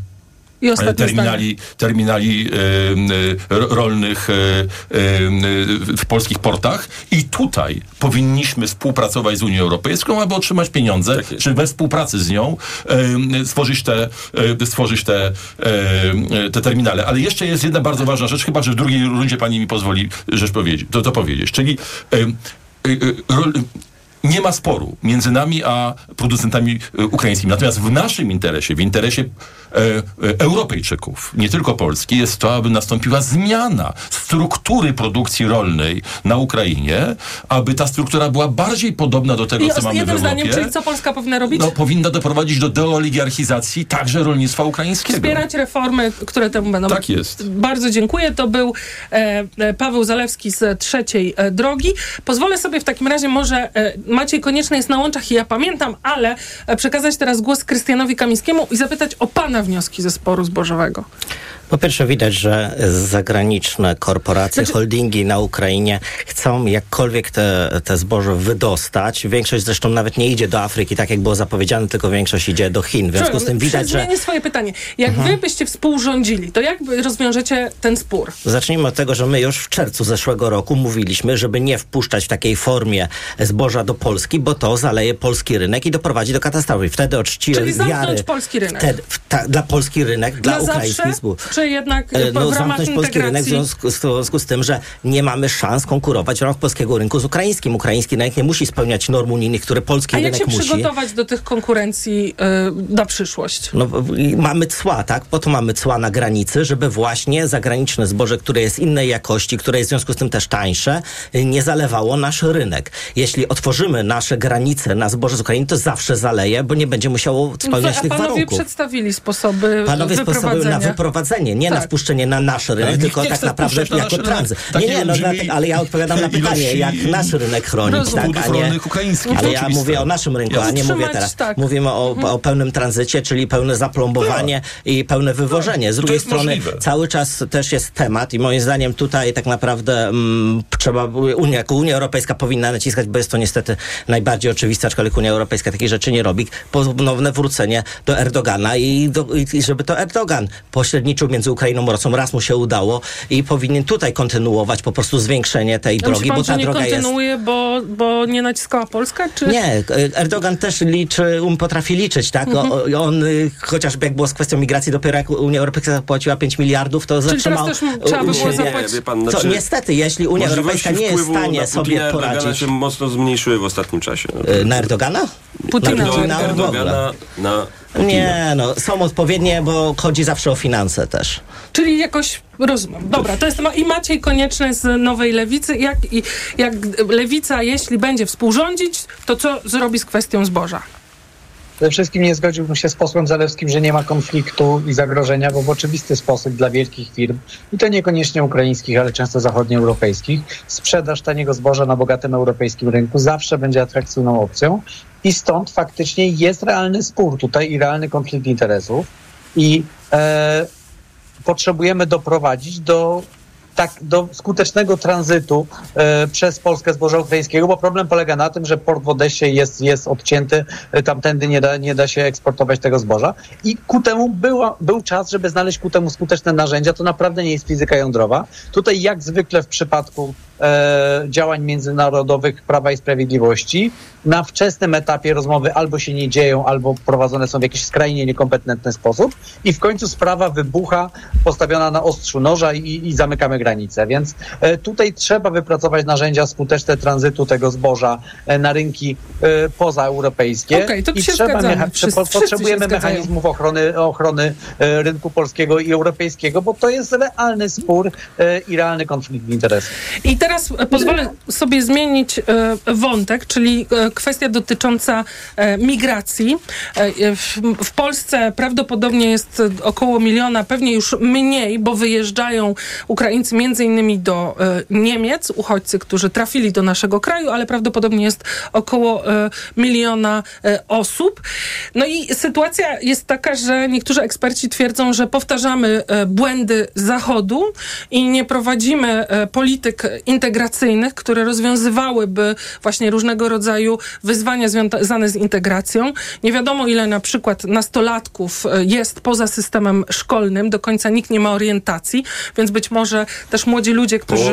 terminali rolnych w polskich portach i tutaj powinniśmy współpracować z Unią Europejską, aby otrzymać pieniądze, czy we współpracy z nią stworzyć te terminale. Ale jeszcze jest jedna bardzo ważna rzecz, chyba że w drugiej rundzie pani mi pozwoli to powiedzieć. Czyli nie ma sporu między nami a producentami ukraińskimi. Natomiast w naszym interesie, w interesie Europejczyków, nie tylko Polski, jest to, aby nastąpiła zmiana struktury produkcji rolnej na Ukrainie, aby ta struktura była bardziej podobna do tego, co mamy w Europie. Zdaniem, czyli co Polska powinna robić? Powinna doprowadzić do deoligarchizacji także rolnictwa ukraińskiego. Wspierać reformy, które temu będą. Tak jest. Bardzo dziękuję. To był Paweł Zalewski z Trzeciej Drogi. Pozwolę sobie w takim razie może Maciej Konieczny jest na łączach i ja pamiętam, ale przekazać teraz głos Krystianowi Kamińskiemu i zapytać o pana wnioski ze sporu zbożowego. Po pierwsze widać, że zagraniczne korporacje, holdingi na Ukrainie chcą jakkolwiek te zboże wydostać. Większość zresztą nawet nie idzie do Afryki, tak jak było zapowiedziane, tylko większość idzie do Chin. W związku z tym widać, że... Zmienię swoje pytanie. Jak wy byście współrządzili, to jak rozwiążecie ten spór? Zacznijmy od tego, że my już w czerwcu zeszłego roku mówiliśmy, żeby nie wpuszczać w takiej formie zboża do Polski, bo to zaleje polski rynek i doprowadzi do katastrofy. Wtedy Czyli zamknąć polski rynek. Dla polski rynek, dla ukraińskich zbóż. Czy jednak zamknąć polski rynek w związku z tym, że nie mamy szans konkurować w ramach polskiego rynku z ukraińskim. Ukraiński rynek nie musi spełniać norm unijnych, które polski rynek musi. A jak się przygotować do tych konkurencji na przyszłość? Mamy cła, tak? Po to mamy cła na granicy, żeby właśnie zagraniczne zboże, które jest innej jakości, które jest w związku z tym też tańsze, nie zalewało nasz rynek. Jeśli otworzymy nasze granice na zboże z Ukrainy, to zawsze zaleje, bo nie będzie musiało spełniać tych warunków. Panowie przedstawili sposoby na wyprowadzenie wpuszczenie, nie na wpuszczenie na nasz rynek, tylko tak naprawdę jako tranzyt. Ale ja odpowiadam na pytanie, jak nasz rynek chronić, tak, a nie... Ale ja mówię o naszym rynku, a nie mówię teraz. Mówimy o pełnym tranzycie, czyli pełne zaplombowanie i pełne wywożenie. Z drugiej strony cały czas też jest temat i moim zdaniem tutaj tak naprawdę trzeba, Unia Europejska powinna naciskać, bo jest to niestety najbardziej oczywiste, aczkolwiek Unia Europejska takich rzeczy nie robi, ponowne wrócenie do Erdogana i żeby to Erdogan pośredniczył między Ukrainą a Rosją. Raz mu się udało i powinien tutaj kontynuować po prostu zwiększenie tej drogi, pan, bo ta nie droga kontynuuje, bo nie naciskała Polska? Czy? Nie, Erdogan też potrafi liczyć, tak? On chociażby jak było z kwestią migracji, dopiero jak Unia Europejska zapłaciła 5 miliardów, to zatrzymał... Czyli teraz też trzeba by było zapłacić... To niestety, jeśli Unia Europejska nie jest w stanie sobie poradzić... Erdogana się mocno zmniejszyły w ostatnim czasie. Na Erdogana? Putina. Erdogana na... Nie, są odpowiednie, bo chodzi zawsze o finanse też. Czyli jakoś rozumiem. Dobra, to jest i Maciej Konieczny z Nowej Lewicy. Jak Lewica, jeśli będzie współrządzić, to co zrobi z kwestią zboża? Przede wszystkim nie zgodziłbym się z posłem Zalewskim, że nie ma konfliktu i zagrożenia, bo w oczywisty sposób dla wielkich firm, i to niekoniecznie ukraińskich, ale często zachodnioeuropejskich, sprzedaż taniego zboża na bogatym europejskim rynku zawsze będzie atrakcyjną opcją i stąd faktycznie jest realny spór tutaj i realny konflikt interesów i potrzebujemy doprowadzić do skutecznego tranzytu przez Polskę zboża ukraińskiego, bo problem polega na tym, że port w Odessie jest odcięty, tamtędy nie da się eksportować tego zboża i ku temu był czas, żeby znaleźć ku temu skuteczne narzędzia. To naprawdę nie jest fizyka jądrowa. Tutaj jak zwykle w przypadku działań międzynarodowych Prawa i Sprawiedliwości na wczesnym etapie rozmowy albo się nie dzieją, albo prowadzone są w jakiś skrajnie niekompetentny sposób i w końcu sprawa wybucha, postawiona na ostrzu noża i zamykamy granicę. Więc tutaj trzeba wypracować narzędzia skuteczne tranzytu tego zboża na rynki pozaeuropejskie. Okay, to i się potrzebujemy mechanizmów ochrony rynku polskiego i europejskiego, bo to jest realny spór i realny konflikt interesów. I teraz pozwolę sobie zmienić wątek, czyli kwestia dotycząca migracji. W Polsce prawdopodobnie jest około 1 miliona, pewnie już mniej, bo wyjeżdżają Ukraińcy między innymi do Niemiec, uchodźcy, którzy trafili do naszego kraju, ale prawdopodobnie jest około 1 miliona osób. No i sytuacja jest taka, że niektórzy eksperci twierdzą, że powtarzamy błędy Zachodu i nie prowadzimy polityk integracyjnych, które rozwiązywałyby właśnie różnego rodzaju wyzwania związane z integracją. Nie wiadomo, ile na przykład nastolatków jest poza systemem szkolnym, do końca nikt nie ma orientacji, więc być może też młodzi ludzie, którzy...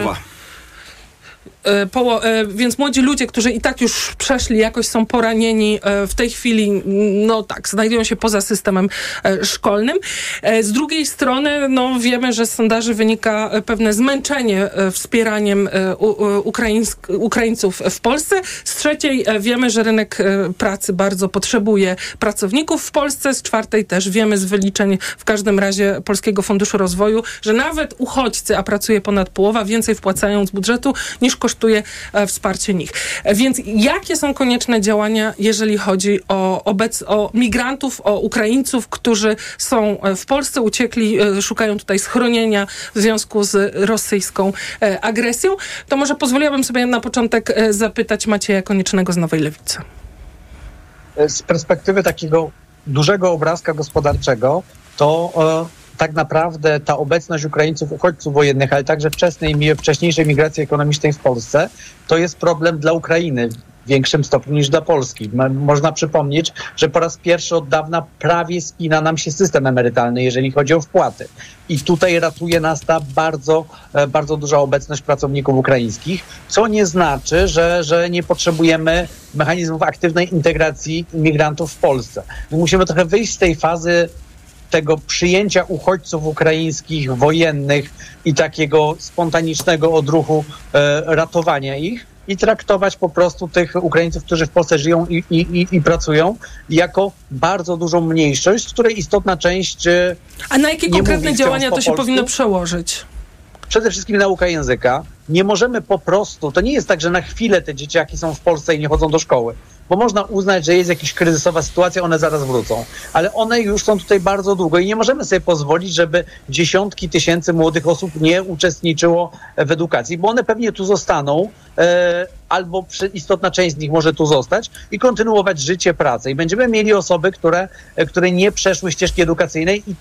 Więc młodzi ludzie, którzy i tak już przeszli, jakoś są poranieni, w tej chwili, znajdują się poza systemem szkolnym. Z drugiej strony, wiemy, że z sondaży wynika pewne zmęczenie wspieraniem Ukraińców w Polsce. Z trzeciej wiemy, że rynek pracy bardzo potrzebuje pracowników w Polsce. Z czwartej też wiemy z wyliczeń w każdym razie Polskiego Funduszu Rozwoju, że nawet uchodźcy, a pracuje ponad połowa, więcej wpłacają z budżetu niż kosztuje wsparcie nich. Więc jakie są konieczne działania, jeżeli chodzi o migrantów, o Ukraińców, którzy są w Polsce, uciekli, szukają tutaj schronienia w związku z rosyjską agresją? To może pozwoliłabym sobie na początek zapytać Macieja Koniecznego z Nowej Lewicy. Z perspektywy takiego dużego obrazka gospodarczego, to tak naprawdę ta obecność Ukraińców, uchodźców wojennych, ale także wcześniejszej migracji ekonomicznej w Polsce, to jest problem dla Ukrainy w większym stopniu niż dla Polski. Można przypomnieć, że po raz pierwszy od dawna prawie spina nam się system emerytalny, jeżeli chodzi o wpłaty. I tutaj ratuje nas ta bardzo, bardzo duża obecność pracowników ukraińskich, co nie znaczy, że nie potrzebujemy mechanizmów aktywnej integracji imigrantów w Polsce. My musimy trochę wyjść z tej fazy tego przyjęcia uchodźców ukraińskich, wojennych i takiego spontanicznego odruchu ratowania ich i traktować po prostu tych Ukraińców, którzy w Polsce żyją i pracują, jako bardzo dużą mniejszość, z której istotna część A na jakie konkretne działania to się powinno przełożyć? Przede wszystkim nauka języka. nie możemy po prostu, to nie jest tak, że na chwilę te dzieciaki są w Polsce i nie chodzą do szkoły, bo można uznać, że jest jakaś kryzysowa sytuacja, one zaraz wrócą. Ale one już są tutaj bardzo długo i nie możemy sobie pozwolić, żeby dziesiątki tysięcy młodych osób nie uczestniczyło w edukacji, bo one pewnie tu zostaną, albo istotna część z nich może tu zostać i kontynuować życie, pracę. I będziemy mieli osoby, które nie przeszły ścieżki edukacyjnej i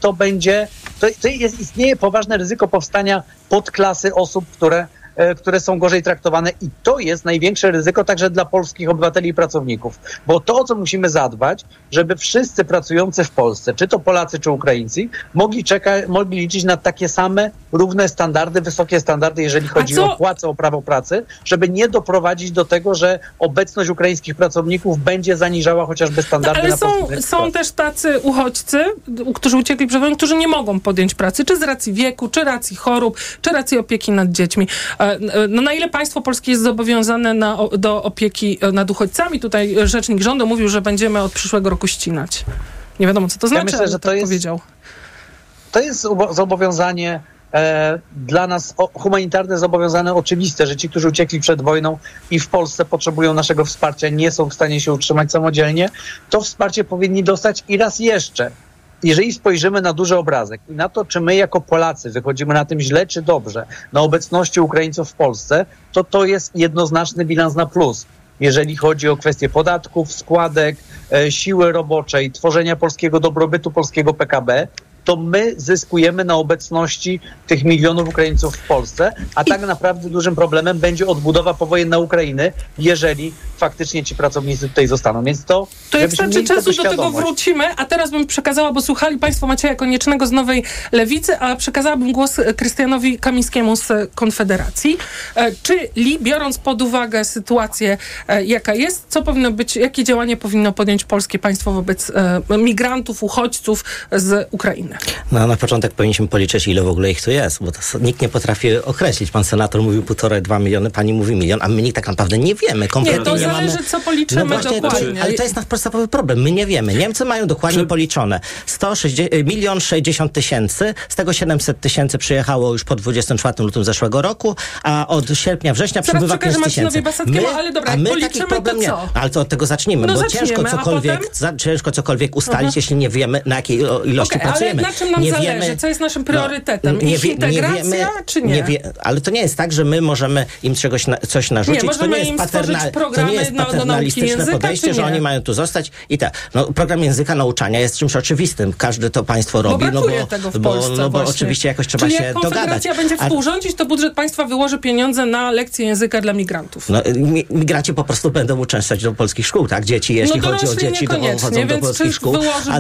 istnieje poważne ryzyko powstania podklasy osób, które są gorzej traktowane i to jest największe ryzyko także dla polskich obywateli i pracowników. Bo to, o co musimy zadbać, żeby wszyscy pracujący w Polsce, czy to Polacy, czy Ukraińcy, mogli liczyć na takie same, równe standardy, wysokie standardy, jeżeli chodzi o płacę, o prawo pracy, żeby nie doprowadzić do tego, że obecność ukraińskich pracowników będzie zaniżała chociażby standardy ale na polskim. są też tacy uchodźcy, którzy uciekli przed wojną, którzy nie mogą podjąć pracy, czy z racji wieku, czy racji chorób, czy racji opieki nad dziećmi. No, na ile państwo polskie jest zobowiązane do opieki nad uchodźcami? Tutaj rzecznik rządu mówił, że będziemy od przyszłego roku ścinać. Nie wiadomo, co to znaczy, myślę, że to jest zobowiązanie dla nas humanitarne zobowiązane oczywiste, że ci, którzy uciekli przed wojną i w Polsce potrzebują naszego wsparcia, nie są w stanie się utrzymać samodzielnie, to wsparcie powinni dostać i raz jeszcze. Jeżeli spojrzymy na duży obrazek i na to, czy my jako Polacy wychodzimy na tym źle czy dobrze, na obecności Ukraińców w Polsce, to jest jednoznaczny bilans na plus. Jeżeli chodzi o kwestie podatków, składek, siły roboczej, tworzenia polskiego dobrobytu, polskiego PKB, to my zyskujemy na obecności tych milionów Ukraińców w Polsce, a tak naprawdę dużym problemem będzie odbudowa powojenna Ukrainy, jeżeli faktycznie ci pracownicy tutaj zostaną. Więc to jak starczy czasu, do tego wrócimy, a teraz bym przekazała, bo słuchali państwo Macieja Koniecznego z Nowej Lewicy, a przekazałabym głos Krystianowi Kamińskiemu z Konfederacji. Czyli biorąc pod uwagę sytuację, jaka jest, co powinno być, jakie działania powinno podjąć polskie państwo wobec migrantów, uchodźców z Ukrainy? No, na początek powinniśmy policzyć, ile w ogóle ich tu jest, bo to nikt nie potrafi określić. Pan senator mówił 1,5-2 miliony, pani mówi 1 milion, a my tak naprawdę nie wiemy. Nie, to zależy, co policzymy dokładnie. Ale to jest nasz podstawowy problem. My nie wiemy. Niemcy mają dokładnie policzone 1 060 000, z tego 700 000 przyjechało już po 24 lutym zeszłego roku, a od sierpnia, września przybywa 5 000. Ale dobra, jak policzymy, to co? Ale to od tego zacznijmy, bo ciężko cokolwiek ustalić, jeśli nie wiemy, na jakiej ilości pracujemy. Na czym nam zależy? Co jest naszym priorytetem? Integracja, czy nie? Ale to nie jest tak, że my możemy im coś narzucić. Nie, możemy im stworzyć programy do nauki języka, podejście, że oni mają tu zostać i tak. No, program języka nauczania jest czymś oczywistym. Każde to państwo robi, bo oczywiście jakoś trzeba się dogadać. Czyli jak Konfederacja będzie współrządzić, to budżet państwa wyłoży pieniądze na lekcje języka dla migrantów. No, migranci po prostu będą uczęszczać do polskich szkół, tak? Dzieci, jeśli chodzi o dzieci, chodzą do polskich szkół,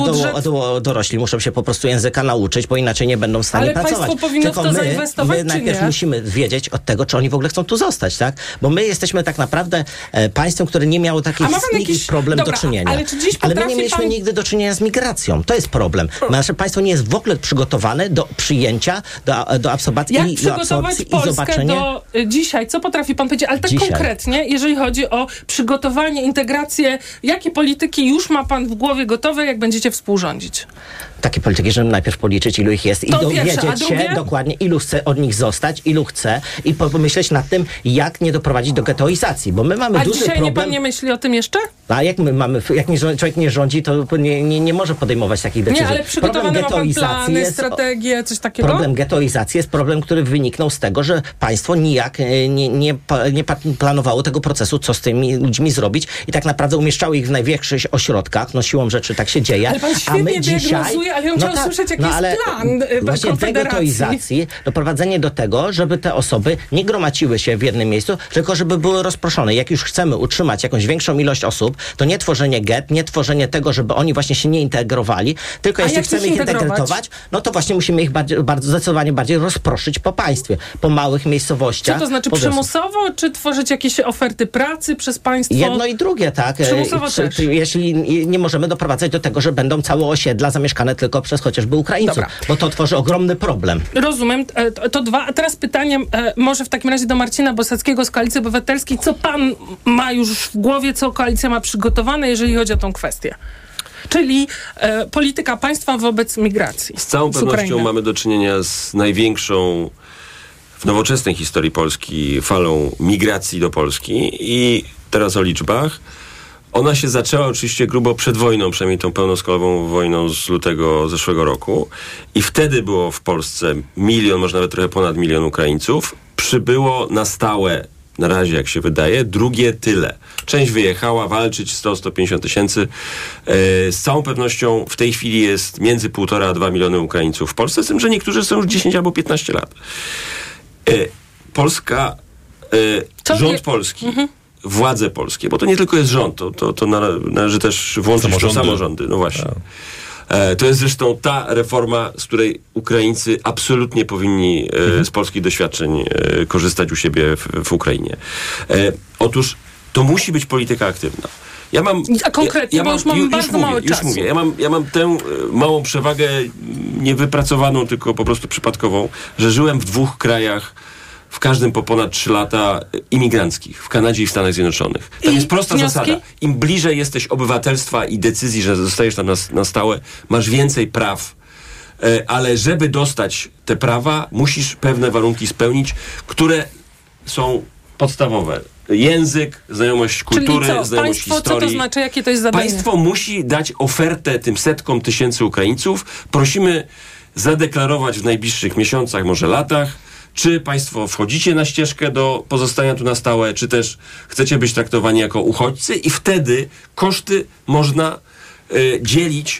a dorośli muszą się po prostu języka nauczyć, bo inaczej nie będą w stanie pracować. Ale państwo powinno w to zainwestować, my najpierw musimy wiedzieć od tego, czy oni w ogóle chcą tu zostać, tak? Bo my jesteśmy tak naprawdę państwem, które nie miało takich problem do czynienia. Ale my nie mieliśmy nigdy do czynienia z migracją. To jest problem. Nasze państwo nie jest w ogóle przygotowane do przyjęcia, do absorpcji i zobaczenia. Do dzisiaj, co potrafi pan powiedzieć, ale tak konkretnie, jeżeli chodzi o przygotowanie, integrację, jakie polityki już ma pan w głowie gotowe, jak będziecie współrządzić? Takie polityki, żeby najpierw policzyć, ilu ich jest i dowiedzieć się dokładnie, ilu chce od nich zostać, ilu chce i pomyśleć nad tym, jak nie doprowadzić do getoizacji, bo my mamy duży problem. A dzisiaj nie pan nie myśli o tym jeszcze? A jak my mamy, jak człowiek nie rządzi, to nie może podejmować takich decyzji. Nie, ale przygotowane ma pan plany, strategie, coś takiego? Problem getoizacji jest problem, który wyniknął z tego, że państwo nijak nie planowało tego procesu, co z tymi ludźmi zrobić i tak naprawdę umieszczało ich w największych ośrodkach, no siłą rzeczy tak się dzieje. Ale pan świetnie diagnozuje, ale ja bym chciała usłyszeć, jaki jest plan właśnie degetoizacji, doprowadzenie do tego, żeby te osoby nie gromadziły się w jednym miejscu, tylko żeby były rozproszone. Jak już chcemy utrzymać jakąś większą ilość osób, to nie tworzenie get, nie tworzenie tego, żeby oni właśnie się nie integrowali, tylko jeśli chcemy ich integrować, no to właśnie musimy ich zdecydowanie bardziej rozproszyć po państwie, po małych miejscowościach. Co to znaczy przymusowo, czy tworzyć jakieś oferty pracy przez państwo? Jedno i drugie, tak. Przymusowo też. Jeśli nie możemy doprowadzać do tego, że będą całe osiedla zamieszkane tylko przez chociażby Ukraińców, bo to tworzy ogromny problem. Rozumiem. To dwa. A teraz pytanie może w takim razie do Marcina Bosackiego z Koalicji Obywatelskiej. Co pan ma już w głowie, co koalicja ma przygotowane, jeżeli chodzi o tą kwestię? Czyli polityka państwa wobec migracji. Z całą pewnością mamy do czynienia z największą w nowoczesnej historii Polski falą migracji do Polski i teraz o liczbach. Ona się zaczęła oczywiście grubo przed wojną, przynajmniej tą pełnoskalową wojną z lutego zeszłego roku. I wtedy było w Polsce 1 milion, może nawet trochę ponad 1 milion Ukraińców. Przybyło na stałe, na razie jak się wydaje, drugie tyle. Część wyjechała walczyć, 100-150 tysięcy. Z całą pewnością w tej chwili jest między 1,5 a 2 miliony Ukraińców w Polsce, z tym, że niektórzy są już 10 albo 15 lat. Polska, rząd polski, władze polskie, bo to nie tylko jest rząd, to należy też włączyć samorządy. No właśnie. To jest zresztą ta reforma, z której Ukraińcy absolutnie powinni z polskich doświadczeń korzystać u siebie w Ukrainie. Otóż to musi być polityka aktywna. A konkretnie, bo już mam bardzo mało czasu. Już mówię. Ja mam tę małą przewagę, niewypracowaną, tylko po prostu przypadkową, że żyłem w 2 krajach, w każdym po ponad 3 lata imigranckich, w Kanadzie i w Stanach Zjednoczonych. Tam jest prosta zasada. Im bliżej jesteś obywatelstwa i decyzji, że zostajesz tam na stałe, masz więcej praw, ale żeby dostać te prawa, musisz pewne warunki spełnić, które są podstawowe. Język, znajomość kultury, znajomość historii. Co to znaczy? Jakie to jest zadanie? Państwo musi dać ofertę tym setkom tysięcy Ukraińców. Prosimy zadeklarować w najbliższych miesiącach, może latach, czy państwo wchodzicie na ścieżkę do pozostania tu na stałe, czy też chcecie być traktowani jako uchodźcy i wtedy koszty można dzielić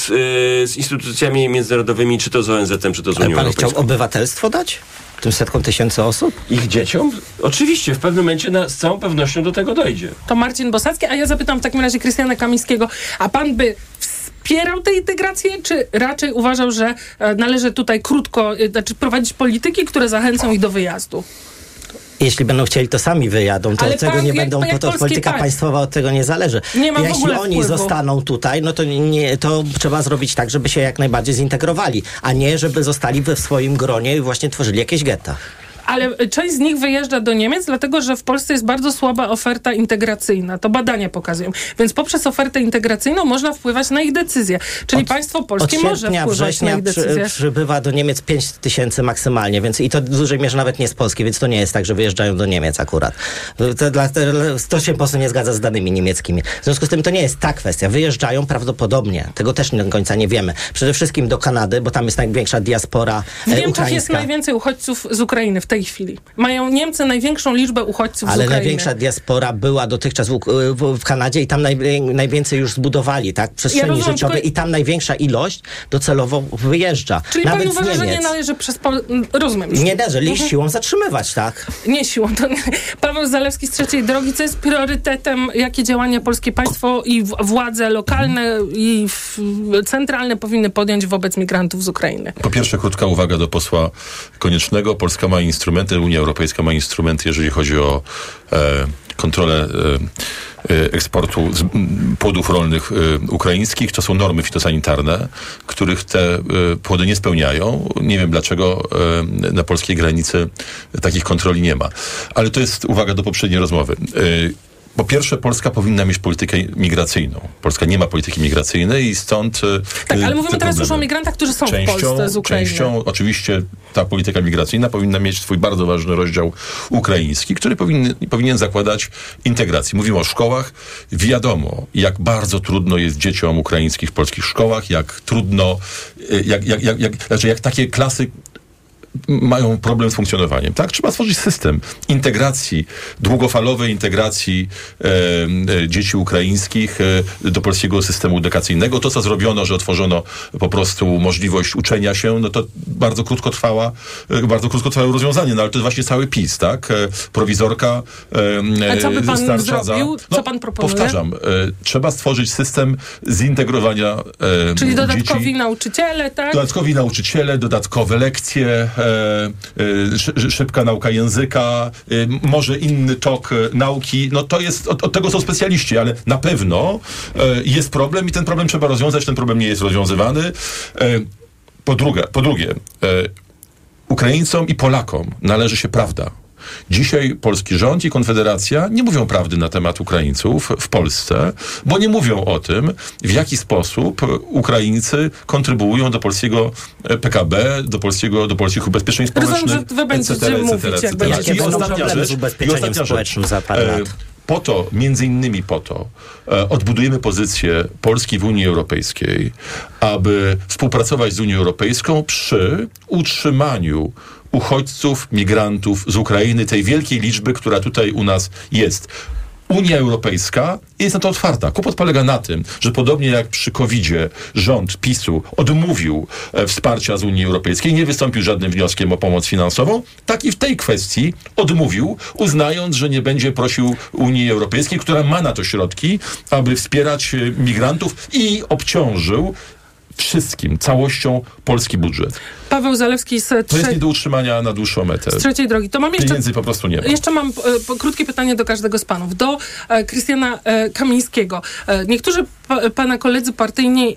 z instytucjami międzynarodowymi, czy to z ONZ-em, czy to z Unią Europejską. Ale pan chciał obywatelstwo dać? Tym setkom tysięcy osób? Ich dzieciom? Oczywiście, w pewnym momencie z całą pewnością do tego dojdzie. To Marcin Bosacki, a ja zapytam w takim razie Krystiana Kamińskiego, a pan by wspierał tę integrację, czy raczej uważał, że należy tutaj prowadzić polityki, które zachęcą ich do wyjazdu? Jeśli będą chcieli, to sami wyjadą. To ale od tego nie będą, bo to polityka państwowa od tego nie zależy. Nie ma jeśli oni wpływu. zostaną tutaj, no to trzeba zrobić tak, żeby się jak najbardziej zintegrowali, a nie żeby zostali w swoim gronie i właśnie tworzyli jakieś getta. Ale część z nich wyjeżdża do Niemiec, dlatego że w Polsce jest bardzo słaba oferta integracyjna. To badania pokazują. Więc poprzez ofertę integracyjną można wpływać na ich decyzje. Czyli państwo polskie może wpływać na ich decyzje. Przybywa do Niemiec 5 tysięcy maksymalnie, więc i to w dużej mierze nawet nie z Polski, więc to nie jest tak, że wyjeżdżają do Niemiec akurat. To się po prostu nie zgadza z danymi niemieckimi. W związku z tym to nie jest ta kwestia. Wyjeżdżają prawdopodobnie. Tego też do końca nie wiemy. Przede wszystkim do Kanady, bo tam jest największa diaspora ukraińska. W Niemczech jest najwięcej uchodźców z Ukrainy w tej chwili. Mają Niemcy największą liczbę uchodźców z Ukrainy. Ale największa diaspora była dotychczas w Kanadzie i tam najwięcej już zbudowali, tak? Przestrzeni życiowej i tam największa ilość docelowo wyjeżdża. Czyli nawet pan uważa, że nie należy rozumiem. Nie należy siłą zatrzymywać, tak? Nie siłą. To Paweł Zalewski z Trzeciej Drogi, co jest priorytetem, jakie działania polskie państwo i władze lokalne i centralne powinny podjąć wobec migrantów z Ukrainy? Po pierwsze, krótka uwaga do posła Koniecznego. Polska ma instrumenty, Unia Europejska ma instrumenty, jeżeli chodzi o kontrolę eksportu płodów rolnych ukraińskich. To są normy fitosanitarne, których te płody nie spełniają. Nie wiem, dlaczego na polskiej granicy takich kontroli nie ma. Ale to jest uwaga do poprzedniej rozmowy. Po pierwsze, Polska powinna mieć politykę migracyjną. Polska nie ma polityki migracyjnej i stąd... Tak, ale mówimy teraz już o migrantach, którzy są w Polsce z Ukrainy. Częścią, oczywiście, ta polityka migracyjna powinna mieć swój bardzo ważny rozdział ukraiński, który powinien zakładać integrację. Mówimy o szkołach. Wiadomo, jak bardzo trudno jest dzieciom ukraińskich w polskich szkołach, jak trudno, jak takie klasy mają problem z funkcjonowaniem. Tak? Trzeba stworzyć system integracji, długofalowej integracji dzieci ukraińskich do polskiego systemu edukacyjnego. To, co zrobiono, że otworzono po prostu możliwość uczenia się, no to bardzo krótkotrwałe rozwiązanie, no ale to jest właśnie cały PiS, tak? Prowizorka. A co by pan zrobił? Co pan proponuje? Powtarzam, trzeba stworzyć system zintegrowania czyli dodatkowi dzieci. Nauczyciele, tak? Dodatkowi nauczyciele, dodatkowe lekcje, szybka nauka języka, może inny tok nauki. No to jest, od tego są specjaliści, ale na pewno jest problem i ten problem trzeba rozwiązać, ten problem nie jest rozwiązywany. Po drugie, Ukraińcom i Polakom należy się prawda. Dzisiaj polski rząd i Konfederacja nie mówią prawdy na temat Ukraińców w Polsce, bo nie mówią o tym, w jaki sposób Ukraińcy kontrybuują do polskiego PKB, do polskich ubezpieczeń społecznych, rozumiem, że wy będziecie mówić, jak będziecie problemy z ubezpieczeniem społecznym za parę lat. Po to, między innymi odbudujemy pozycję Polski w Unii Europejskiej, aby współpracować z Unią Europejską przy utrzymaniu uchodźców, migrantów z Ukrainy, tej wielkiej liczby, która tutaj u nas jest. Unia Europejska jest na to otwarta. Kłopot polega na tym, że podobnie jak przy COVID-zie rząd PiS-u odmówił wsparcia z Unii Europejskiej, nie wystąpił żadnym wnioskiem o pomoc finansową, tak i w tej kwestii odmówił, uznając, że nie będzie prosił Unii Europejskiej, która ma na to środki, aby wspierać migrantów i obciążył wszystkim, całością polski budżet. Paweł Zalewski To jest nie do utrzymania na dłuższą metę. Z trzeciej drogi. To mam jeszcze, pieniędzy po prostu nie ma. Jeszcze mam krótkie pytanie do każdego z panów. Do Krystiana Kamińskiego. Niektórzy pana koledzy partyjni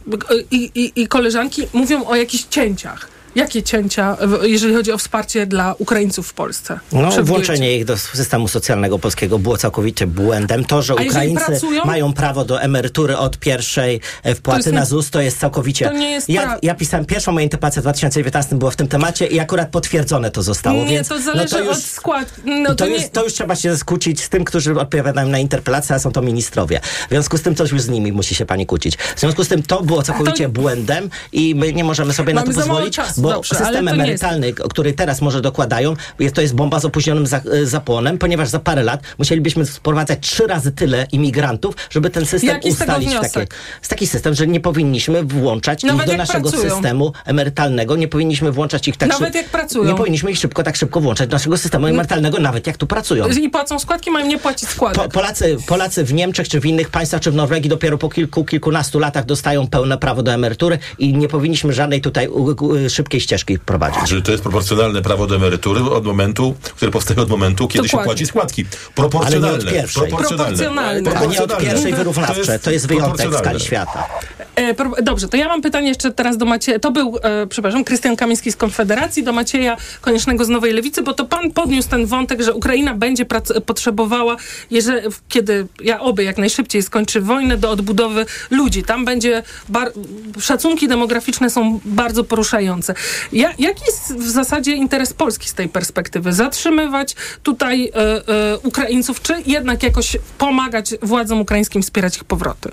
i koleżanki mówią o jakichś cięciach. Jakie cięcia, jeżeli chodzi o wsparcie dla Ukraińców w Polsce? Włączenie ich do systemu socjalnego polskiego było całkowicie błędem. To, że Ukraińcy mają prawo do emerytury od pierwszej wpłaty na ZUS, to jest całkowicie... Ja pisałem pierwszą moją interpelację w 2019, było w tym temacie i akurat potwierdzone to zostało. Nie, więc, to zależy od składki. To już trzeba się skłócić z tym, którzy odpowiadają na interpelację, a są to ministrowie. W związku z tym coś już z nimi musi się pani kłócić. W związku z tym to było całkowicie błędem i my nie możemy sobie na to pozwolić. Bo system emerytalny, który teraz może dokładają, to jest bomba z opóźnionym zapłonem, ponieważ za parę lat musielibyśmy sprowadzać 3 razy tyle imigrantów, żeby ten system ustalić. Taki system, że nie powinniśmy włączać ich do naszego systemu emerytalnego, nie powinniśmy włączać ich tak szybko. Nawet jak pracują. Nie powinniśmy ich tak szybko włączać do naszego systemu emerytalnego, nawet jak tu pracują. I płacą składki, mają nie płacić składek. Polacy w Niemczech, czy w innych państwach, czy w Norwegii dopiero po kilkunastu latach dostają pełne prawo do emerytury i nie powinniśmy żadnej tutaj szybkiej ścieżki prowadzić. Że to jest proporcjonalne prawo do emerytury które powstaje od momentu, kiedy się płaci składki. Proporcjonalne. Ale nie od pierwszej. Proporcjonalne. A nie od pierwszej wyrównawcze. To jest wyjątek w skali świata. Dobrze, to ja mam pytanie jeszcze teraz do Macieja. To był, Krystian Kamiński z Konfederacji, do Macieja Koniecznego z Nowej Lewicy, bo to pan podniósł ten wątek, że Ukraina będzie potrzebowała, kiedy jak najszybciej skończy wojnę, do odbudowy ludzi. Tam będzie szacunki demograficzne są bardzo poruszające. Jaki jest w zasadzie interes Polski z tej perspektywy? Zatrzymywać tutaj Ukraińców, czy jednak jakoś pomagać władzom ukraińskim wspierać ich powroty?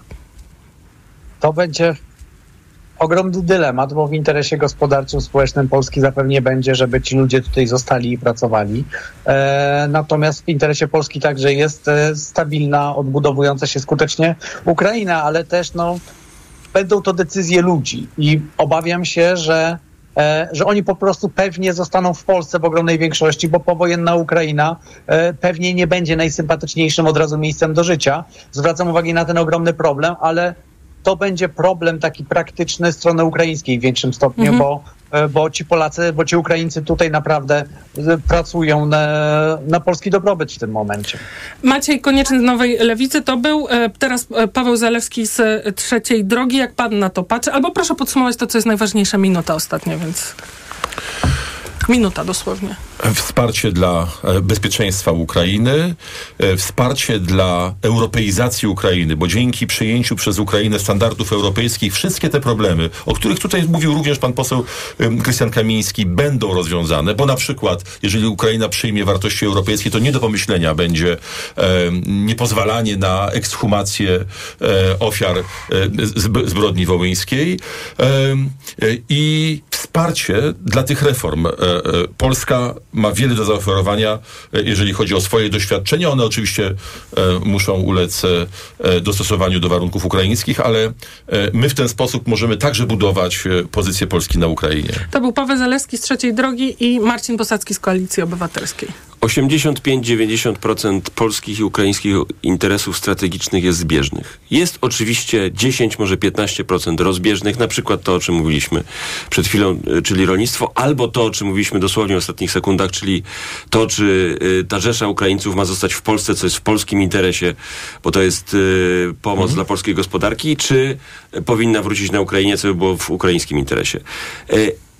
To będzie ogromny dylemat, bo w interesie gospodarczym, społecznym Polski zapewne będzie, żeby ci ludzie tutaj zostali i pracowali. Natomiast w interesie Polski także jest stabilna, odbudowująca się skutecznie Ukraina, ale też będą to decyzje ludzi i obawiam się, że oni po prostu pewnie zostaną w Polsce w ogromnej większości, bo powojenna Ukraina pewnie nie będzie najsympatyczniejszym od razu miejscem do życia. Zwracam uwagę na ten ogromny problem, ale to będzie problem taki praktyczny strony ukraińskiej w większym stopniu, bo ci Polacy, ci Ukraińcy tutaj naprawdę pracują na polski dobrobyt w tym momencie. Maciej Konieczny z Nowej Lewicy to był, teraz Paweł Zalewski z Trzeciej Drogi. Jak pan na to patrzy? Albo proszę podsumować to, co jest najważniejsze, minuta ostatnia, więc... Minuta dosłownie. Wsparcie dla bezpieczeństwa Ukrainy, wsparcie dla europeizacji Ukrainy, bo dzięki przyjęciu przez Ukrainę standardów europejskich wszystkie te problemy, o których tutaj mówił również pan poseł Krystian Kamiński, będą rozwiązane, bo na przykład, jeżeli Ukraina przyjmie wartości europejskie, to nie do pomyślenia będzie niepozwalanie na ekshumację ofiar zbrodni wołyńskiej i wsparcie dla tych reform. Polska ma wiele do zaoferowania, jeżeli chodzi o swoje doświadczenia. One oczywiście muszą ulec dostosowaniu do warunków ukraińskich, ale my w ten sposób możemy także budować pozycję Polski na Ukrainie. To był Paweł Zalewski z Trzeciej Drogi i Marcin Posadzki z Koalicji Obywatelskiej. 85-90% polskich i ukraińskich interesów strategicznych jest zbieżnych. Jest oczywiście 10, może 15% rozbieżnych, na przykład to, o czym mówiliśmy przed chwilą, czyli rolnictwo, albo to, o czym mówiliśmy dosłownie w ostatnich sekundach, czyli to, czy ta rzesza Ukraińców ma zostać w Polsce, co jest w polskim interesie, bo to jest pomoc dla polskiej gospodarki, czy powinna wrócić na Ukrainie, co by było w ukraińskim interesie.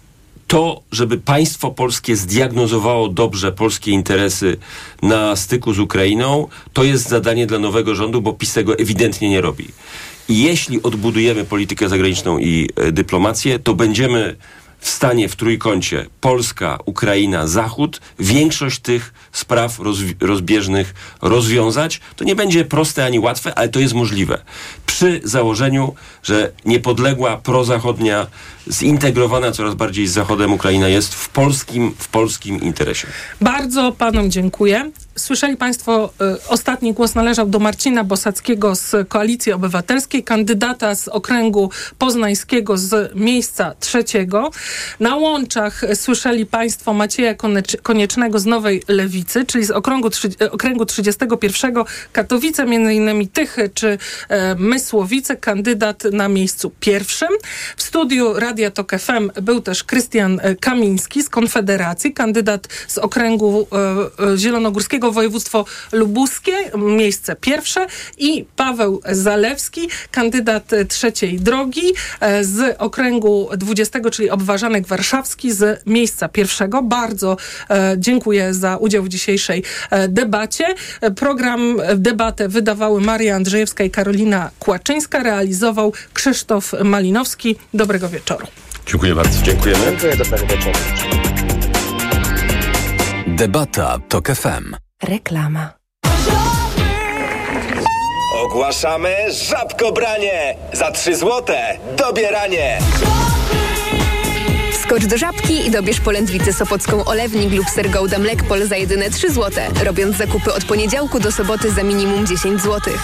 to, żeby państwo polskie zdiagnozowało dobrze polskie interesy na styku z Ukrainą, to jest zadanie dla nowego rządu, bo PiS tego ewidentnie nie robi. I jeśli odbudujemy politykę zagraniczną i dyplomację, to będziemy w stanie w trójkącie Polska, Ukraina, Zachód większość tych spraw rozbieżnych rozwiązać. To nie będzie proste ani łatwe, ale to jest możliwe. Przy założeniu, że niepodległa, prozachodnia, zintegrowana coraz bardziej z Zachodem Ukraina jest w polskim interesie. Bardzo panom dziękuję. Słyszeli państwo, ostatni głos należał do Marcina Bosackiego z Koalicji Obywatelskiej, kandydata z okręgu poznańskiego z miejsca 3. Na łączach słyszeli państwo Macieja Koniecznego z Nowej Lewicy, czyli z okręgu 31 Katowice, między innymi Tychy czy Mysłowice, kandydat na miejscu 1. W studiu Radia Tok FM był też Krystian Kamiński z Konfederacji, kandydat z okręgu zielonogórskiego województwo lubuskie, miejsce 1. I Paweł Zalewski, kandydat 3. drogi z okręgu 20, czyli Obwarzanek Warszawski z miejsca 1. Bardzo dziękuję za udział w dzisiejszej debacie. Debatę wydawały Maria Andrzejewska i Karolina Kłaczyńska, realizował Krzysztof Malinowski. Dobrego wieczoru. Dziękuję bardzo. Dziękujemy. Dziękuję, dobrego wieczoru. Debata Tok FM. Reklama. Ogłaszamy żabkobranie! Za 3 złote dobieranie! Skocz do Żabki i dobierz polędwicę sopocką Olewnik lub ser Gouda Mlekpol za jedyne 3 złote, robiąc zakupy od poniedziałku do soboty za minimum 10 zł.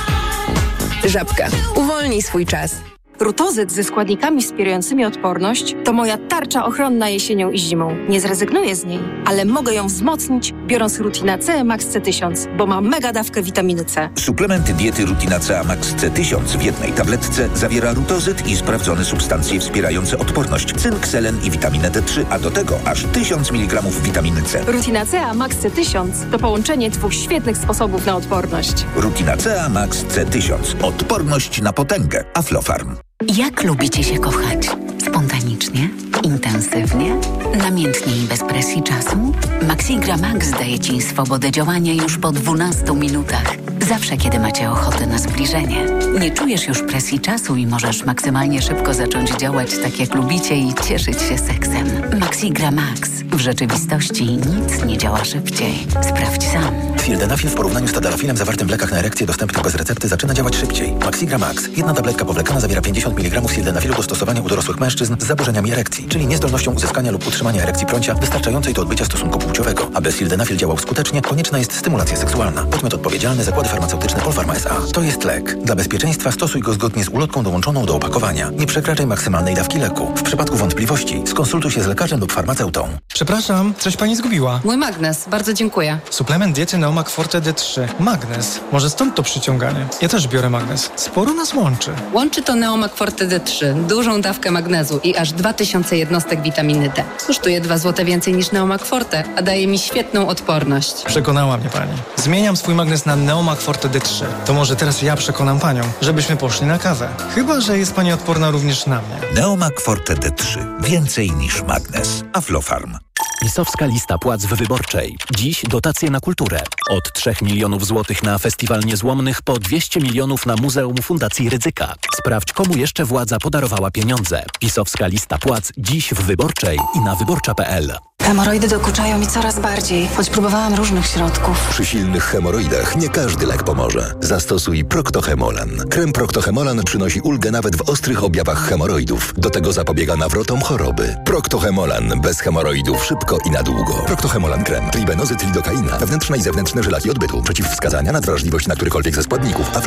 Żabka. Uwolnij swój czas. Rutozyt ze składnikami wspierającymi odporność to moja tarcza ochronna jesienią i zimą. Nie zrezygnuję z niej, ale mogę ją wzmocnić, biorąc Rutina C Max C1000, bo ma mega dawkę witaminy C. Suplement diety Rutina C Max C1000 w jednej tabletce zawiera rutozyt i sprawdzone substancje wspierające odporność, cynk, selen i witaminę D3, a do tego aż 1000 mg witaminy C. Rutina C Max C1000 to połączenie 2 świetnych sposobów na odporność. Rutina C Max C1000. Odporność na potęgę. Aflofarm. Jak lubicie się kochać? Spontanicznie? Intensywnie? Namiętnie i bez presji czasu? Maxigra Max daje Ci swobodę działania już po 12 minutach. Zawsze, kiedy macie ochotę na zbliżenie. Nie czujesz już presji czasu i możesz maksymalnie szybko zacząć działać tak, jak lubicie i cieszyć się seksem. Maxigra Max. W rzeczywistości nic nie działa szybciej. Sprawdź sam. Sildenafil w porównaniu z tadalafilem zawartym w lekach na erekcję dostępnych bez recepty zaczyna działać szybciej. Maxigra Max. Jedna tabletka powlekana zawiera 50 mg sildenafilu do stosowania u dorosłych mężczyzn z zaburzeniami erekcji, czyli niezdolnością uzyskania lub utrzymania erekcji prącia wystarczającej do odbycia stosunku płciowego. Aby sildenafil działał skutecznie, konieczna jest stymulacja seksualna. Podmiot odpowiedzialny: Zakłady Farmaceutyczne Polpharma S.A. To jest lek. Dla bezpieczeństwa stosuj go zgodnie z ulotką dołączoną do opakowania. Nie przekraczaj maksymalnej dawki leku. W przypadku wątpliwości skonsultuj się z lekarzem lub farmaceutą. Przepraszam, coś pani zgubiła. Mój magnes, bardzo dziękuję. Suplement diety Neomak Forte D3. Magnes. Może stąd to przyciąganie. Ja też biorę magnes. Sporo nas łączy. Łączy to Neomak Forte D3, dużą dawkę magnezu i aż 2000 jednostek witaminy D. Kosztuje 2 zł więcej niż Neomak Forte, a daje mi świetną odporność. Przekonała mnie pani. Zmieniam swój magnes na Neomak Forte D3. To może teraz ja przekonam panią, żebyśmy poszli na kawę. Chyba że jest pani odporna również na mnie. Neomak Forte D3. Więcej niż magnes. Aflofarm. PiS-owska lista płac w Wyborczej. Dziś dotacje na kulturę. Od 3 milionów złotych na Festiwal Niezłomnych po 200 milionów na Muzeum Fundacji Rydzyka. Sprawdź, komu jeszcze władza podarowała pieniądze. PiS-owska lista płac dziś w Wyborczej i na wyborcza.pl. Hemoroidy dokuczają mi coraz bardziej, choć próbowałam różnych środków. Przy silnych hemoroidach nie każdy lek pomoże. Zastosuj Proctohemolan. Krem Proctohemolan przynosi ulgę nawet w ostrych objawach hemoroidów. Do tego zapobiega nawrotom choroby. Proctohemolan. Bez hemoroidów szybko i na długo. Proctohemolan krem. Tribenozyt, lidokaina. Wewnętrzne i zewnętrzne żylaki odbytu. Przeciwwskazania, nadwrażliwość na którykolwiek ze składników.